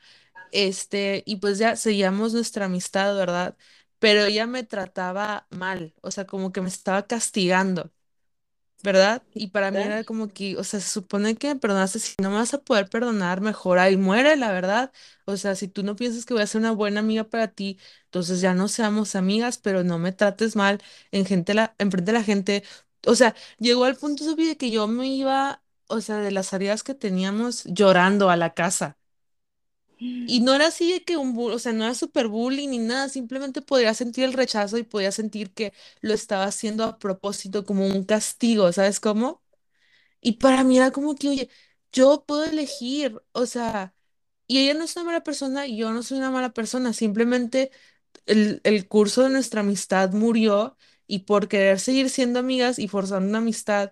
Y pues ya seguíamos nuestra amistad, ¿verdad? Pero ella me trataba mal, o sea, como que me estaba castigando, ¿verdad? Y para mí ¿Verdad? era como que, o sea, se supone que me perdonaste, si no me vas a poder perdonar, mejor ahí muere, la verdad. O sea, si tú no piensas que voy a ser una buena amiga para ti, entonces ya no seamos amigas, pero no me trates mal enfrente de la gente. O sea, llegó al punto, Sofi, de que yo me iba, o sea, de las salidas que teníamos llorando a la casa. Y no era así de que o sea, no era super bullying ni nada, simplemente podía sentir el rechazo y podía sentir que lo estaba haciendo a propósito como un castigo, ¿sabes cómo? Y para mí era como que, oye, yo puedo elegir, o sea, Y ella no es una mala persona y yo no soy una mala persona, simplemente el curso de nuestra amistad murió y por querer seguir siendo amigas y forzando una amistad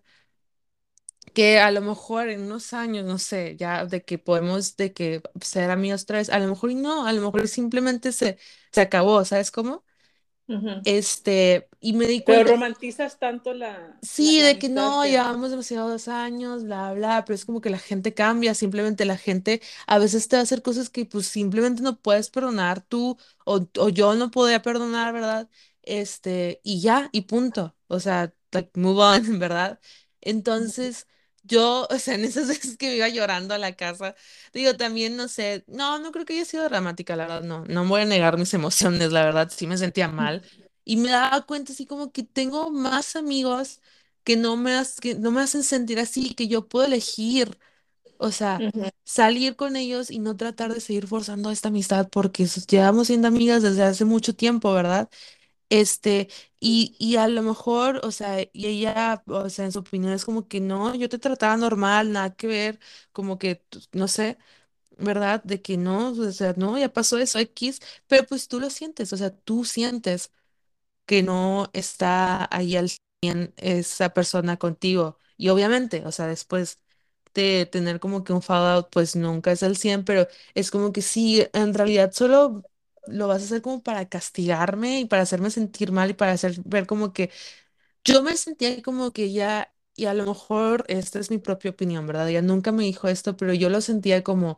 que a lo mejor en unos años, no sé, ya de que podemos, de que ser amigos otra vez, a lo mejor y no, a lo mejor simplemente se acabó, ¿sabes cómo? Ujú. Y me di Pero cuenta. romantizas tanto Sí, la de que amistad no, que... llevamos demasiados años, bla, bla, pero es como que la gente cambia, simplemente la gente a veces te va a hacer cosas que pues simplemente no puedes perdonar tú o yo no podía perdonar, ¿verdad? Y ya, y punto. O sea, like, move on, ¿verdad? Entonces, yo, o sea, en esas veces que me iba llorando a la casa, digo, también, no sé, no creo que haya sido dramática, la verdad, no voy a negar mis emociones, la verdad, sí me sentía mal. Y me daba cuenta así como que tengo más amigos que no me hacen sentir así, que yo puedo elegir, o sea, Ujú, salir con ellos y no tratar de seguir forzando esta amistad porque llevamos siendo amigas desde hace mucho tiempo, ¿verdad? Este, y a lo mejor, o sea, y ella, o sea, en su opinión es como que no, yo te trataba normal, nada que ver, como que, no sé, ¿verdad? De que no, o sea, no, ya pasó eso, X, pero pues tú lo sientes, o sea, tú sientes que no está ahí al 100 esa persona contigo. Y obviamente, o sea, después de tener como que un fallout, pues nunca es al 100 pero es como que sí, en realidad solo lo vas a hacer como para castigarme y para hacerme sentir mal y para hacer ver como que yo me sentía como que ya, y a lo mejor esta es mi propia opinión, ¿verdad? Ella nunca me dijo esto, pero yo lo sentía como,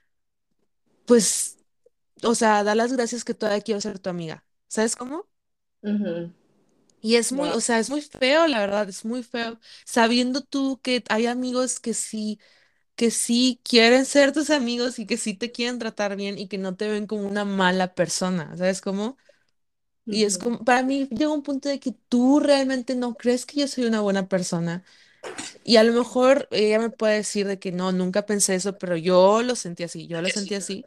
pues, o sea, da las gracias que todavía quiero ser tu amiga. ¿Sabes cómo? ujú. Y es muy, Wow. o sea, es muy feo, la verdad, es muy feo. Sabiendo tú que hay amigos que sí quieren ser tus amigos y que sí te quieren tratar bien y que no te ven como una mala persona, ¿sabes cómo? Y es Ujú, como, para mí llega un punto de que tú realmente no crees que yo soy una buena persona. Y a lo mejor ella me puede decir de que no, nunca pensé eso, pero yo lo sentí así, yo lo sentí así.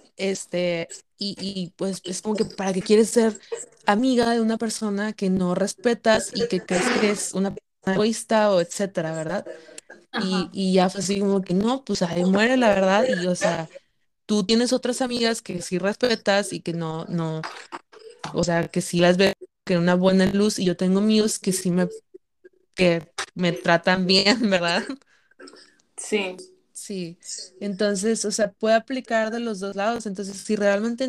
Pues es como que para qué quieres ser amiga de una persona que no respetas y que crees que es una persona egoísta o etcétera, ¿verdad? ajá. Y ya fue así como que no, pues ahí muere la verdad y o sea, tú tienes otras amigas que sí respetas y que o sea, que sí las ves que una buena luz y yo tengo amigos que me tratan bien, ¿verdad? Sí. Sí, entonces, o sea, puede aplicar de los dos lados. Entonces, si realmente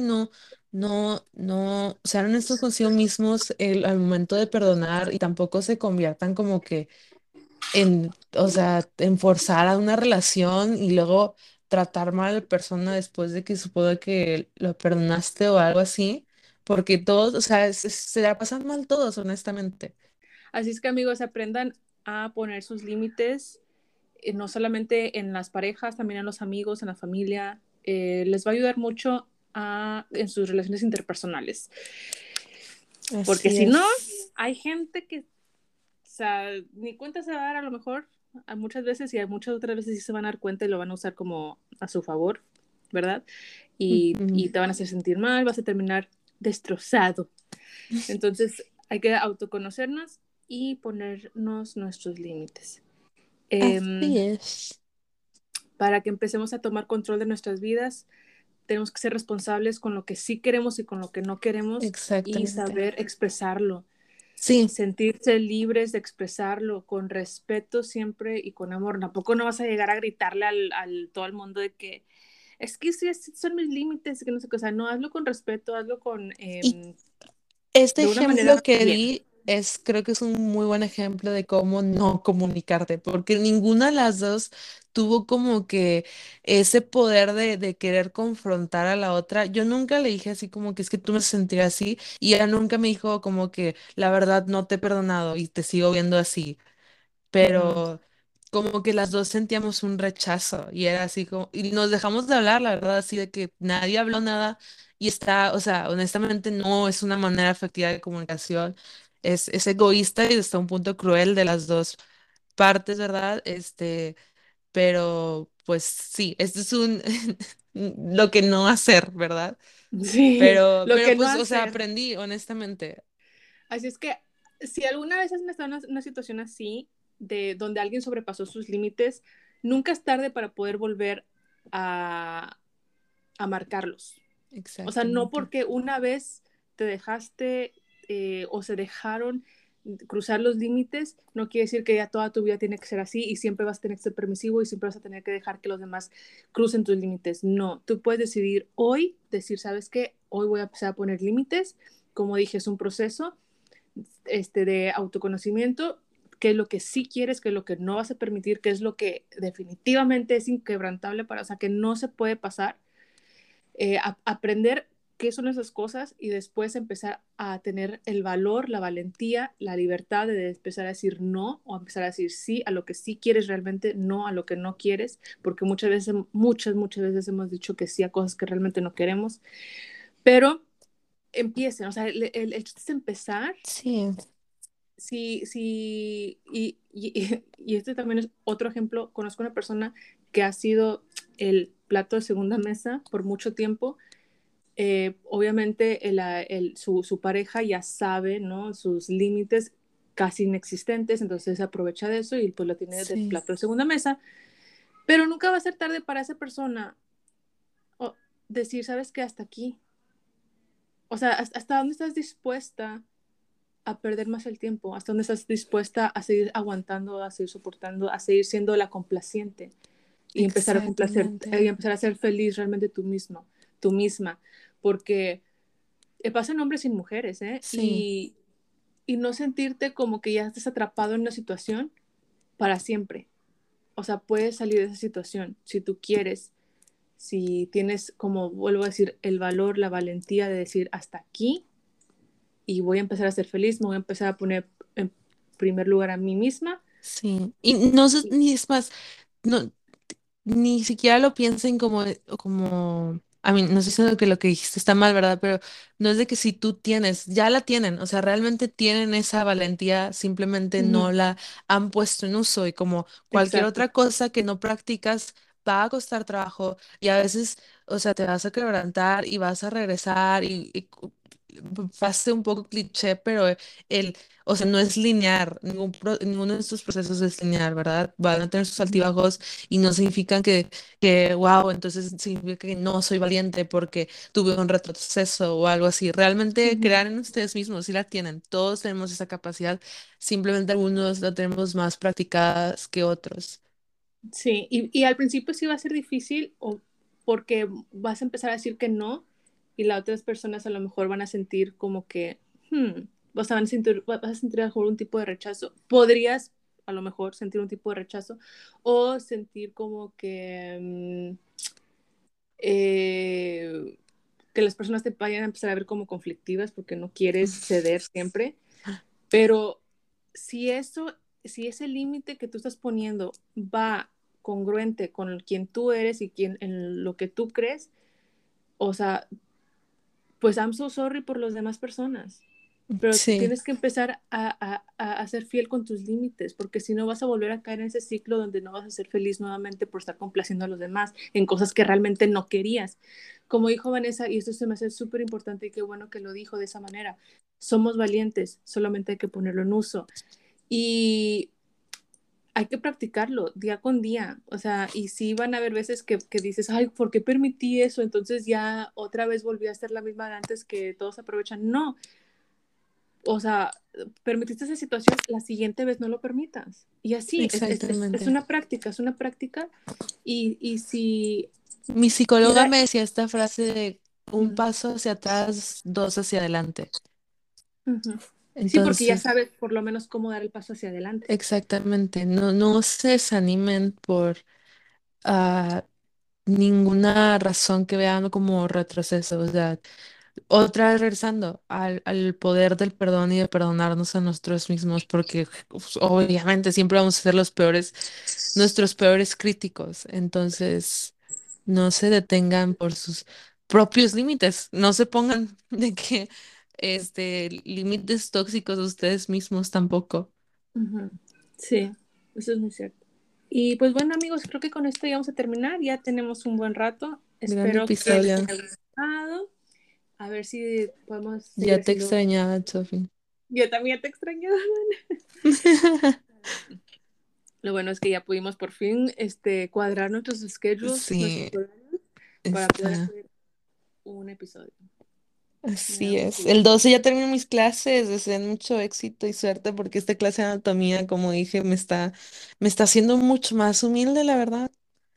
no sean honestos consigo mismos al momento de perdonar y tampoco se conviertan como que o sea, en forzar a una relación y luego tratar mal a la persona después de que supongo que lo perdonaste o algo así, porque todos, o sea, se la pasan mal todos, honestamente. Así es que amigos, aprendan a poner sus límites, no solamente en las parejas, también en los amigos, en la familia. Les va a ayudar mucho en sus relaciones interpersonales. Porque Así si no, es. hay gente que, o sea, ni cuenta se va a dar a lo mejor a muchas veces y a muchas otras veces sí se van a dar cuenta y lo van a usar como a su favor, ¿verdad? Ujú. Y te van a hacer sentir mal, vas a terminar destrozado. Entonces hay que autoconocernos y ponernos nuestros límites. Así Eh, es. para que empecemos a tomar control de nuestras vidas, tenemos que ser responsables con lo que sí queremos y con lo que no queremos y Exactamente. saber expresarlo, Sí. sentirse libres de expresarlo con respeto siempre y con amor. Tampoco no vas a llegar a gritarle todo el mundo de que es que sí, estos son mis límites, que no sé qué, o sea, no, hazlo con respeto, hazlo con, Y este de una manera ejemplo que bien. di creo que es un muy buen ejemplo de cómo no comunicarte, porque ninguna de las dos tuvo como que ese poder de querer confrontar a la otra. Yo nunca le dije así como que es que tú me sentías así y ella nunca me dijo como que la verdad no te he perdonado y te sigo viendo así, Uh -huh. pero como que las dos sentíamos un rechazo y era así como, y nos dejamos de hablar, la verdad, así de que nadie habló nada y está, o sea, honestamente no es una manera efectiva de comunicación, es egoísta y hasta un punto cruel de las dos partes, ¿verdad? Pero pues sí, esto es lo que no hacer, ¿verdad? Sí, lo Pero que no pues, o sea, hacer. aprendí, honestamente. Así es que si alguna vez has estado en una situación así, de donde alguien sobrepasó sus límites, nunca es tarde para poder volver a, a marcarlos. O sea, no Exactamente. porque una vez te dejaste o se dejaron cruzar los límites, no quiere decir que ya toda tu vida tiene que ser así y siempre vas a tener que ser permisivo y siempre vas a tener que dejar que los demás crucen tus límites. No, tú puedes decidir hoy, decir, ¿sabes qué? Hoy voy a empezar a poner límites. Como dije, es un proceso de autoconocimiento, qué es lo que sí quieres, qué es lo que no vas a permitir, qué es lo que definitivamente es inquebrantable para, o sea, que no se puede pasar, aprender qué son esas cosas y después empezar a tener el valor, la valentía, la libertad de empezar a decir no o empezar a decir sí a lo que sí quieres realmente, no a lo que no quieres, porque muchas veces hemos dicho que sí a cosas que realmente no queremos, pero empiecen, o sea, el chiste es empezar. Sí, Sí, sí, y este también es otro ejemplo. Conozco una persona que ha sido el plato de segunda mesa por mucho tiempo. Obviamente su pareja ya sabe, ¿no? Sus límites casi inexistentes, entonces se aprovecha de eso y pues lo tiene de sí, plato de segunda mesa, pero nunca va a ser tarde para esa persona o decir, ¿sabes qué? Hasta aquí. O sea, ¿hasta dónde estás dispuesta a perder más el tiempo? ¿Hasta dónde estás dispuesta a seguir aguantando, a seguir soportando, a seguir siendo la complaciente y empezar a complacer y exactamente. empezar a ser feliz realmente tú mismo, tú misma? Porque pasa en hombres y en mujeres, ¿eh? Sí, Y no sentirte como que ya estás atrapado en una situación para siempre. O sea, puedes salir de esa situación si tú quieres, si tienes, como vuelvo a decir, el valor, la valentía de decir hasta aquí y voy a empezar a ser feliz, me voy a empezar a poner en primer lugar a mí misma. sí. Y no sé, ni es más, no, ni siquiera lo piensen como, a mí, no estoy diciendo que lo que dijiste está mal, ¿verdad? Pero no es de que si tú tienes, ya la tienen, o sea, realmente tienen esa valentía, simplemente no Ujú. la han puesto en uso y como cualquier Exacto. otra cosa que no practicas, va a costar trabajo y a veces, o sea, te vas a quebrantar y vas a regresar va a ser un poco cliché, pero el, o sea, no es lineal, ninguno de estos procesos es lineal, ¿verdad? Van a tener sus Ujú. altibajos y no significan wow, entonces significa que no soy valiente porque tuve un retroceso o algo así. Realmente Ujú. crean en ustedes mismos, sí la tienen. Todos tenemos esa capacidad, simplemente algunos la tenemos más practicadas que otros. Sí, y al principio sí va a ser difícil porque vas a empezar a decir que no y las otras personas a lo mejor van a sentir como que, vas a sentir a lo mejor un tipo de rechazo. Podrías a lo mejor sentir un tipo de rechazo o sentir como eh, que las personas te vayan a empezar a ver como conflictivas porque no quieres ceder siempre. Pero si eso, si ese límite que tú estás poniendo va congruente con quien tú eres y en lo que tú crees, o sea, pues I'm so sorry por las demás personas. Pero Sí, tienes que empezar a ser fiel con tus límites, porque si no vas a volver a caer en ese ciclo donde no vas a ser feliz nuevamente por estar complaciendo a los demás en cosas que realmente no querías. Como dijo Vanessa, y esto se me hace súper importante y qué bueno que lo dijo de esa manera, somos valientes, solamente hay que ponerlo en uso. Y hay que practicarlo día con día, o sea, y sí van a haber veces que dices, ay, ¿por qué permití eso? Entonces ya otra vez volví a ser la misma de antes que todos aprovechan. No, o sea, permitiste esa situación, la siguiente vez no lo permitas. Y así, es exactamente. una práctica, es una práctica. Y si, Mi y psicóloga da, me decía esta frase de un uh paso hacia atrás, dos hacia adelante. -huh. Sí, porque ya Entonces, sabes por lo menos cómo dar el paso hacia adelante. exactamente, no, no se desanimen por ninguna razón que vean como retroceso. O sea, otra vez regresando al poder del perdón y de perdonarnos a nosotros mismos, porque pues, obviamente siempre vamos a ser los peores, nuestros peores críticos. Entonces, no se detengan por sus propios límites, no se pongan de que límites tóxicos ustedes mismos tampoco. Uh -huh. Sí, eso es muy cierto. Y pues bueno, amigos, creo que con esto ya vamos a terminar. Ya tenemos un buen rato. Gran Espero que les episodio. haya gustado. A ver si podemos seguir Ya te haciendo. extrañaba, Sophie. Yo también te extraño. Lo bueno es que ya pudimos por fin cuadrar nuestros schedules, nuestros Sí, horarios para poder está. hacer un episodio. Me da Así mucho es. El gusto. 12 ya termino mis clases. Deseen mucho éxito y suerte porque esta clase de anatomía, como dije, me está haciendo mucho más humilde, la verdad.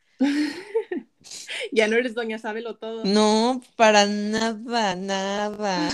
Ya no eres doña Sábelo todo. No, para nada, nada.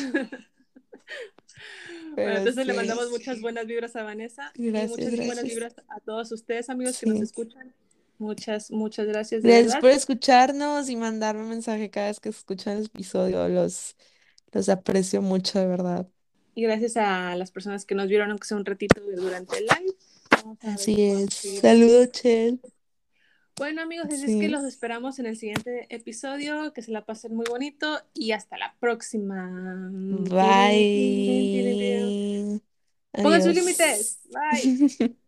Bueno, Pero entonces le sí, mandamos muchas buenas vibras a Vanessa y gracias, muchas buenas gracias. vibras a todos ustedes, amigos que nos Sí. escuchan. Muchas, muchas gracias, de Gracias verdad. por escucharnos y mandarme un mensaje cada vez que escuchan el episodio. Los aprecio mucho, de verdad. Y gracias a las personas que nos vieron, aunque sea un ratito durante el live. Vamos a ver si Así es. podemos seguir así. Saludos, Chel. Bueno, amigos, así es que Sí. los esperamos en el siguiente episodio. Que se la pasen muy bonito y hasta la próxima. Tirin, tirin, tirin, tirin. Bye. Pongan sus límites. Adiós. Bye.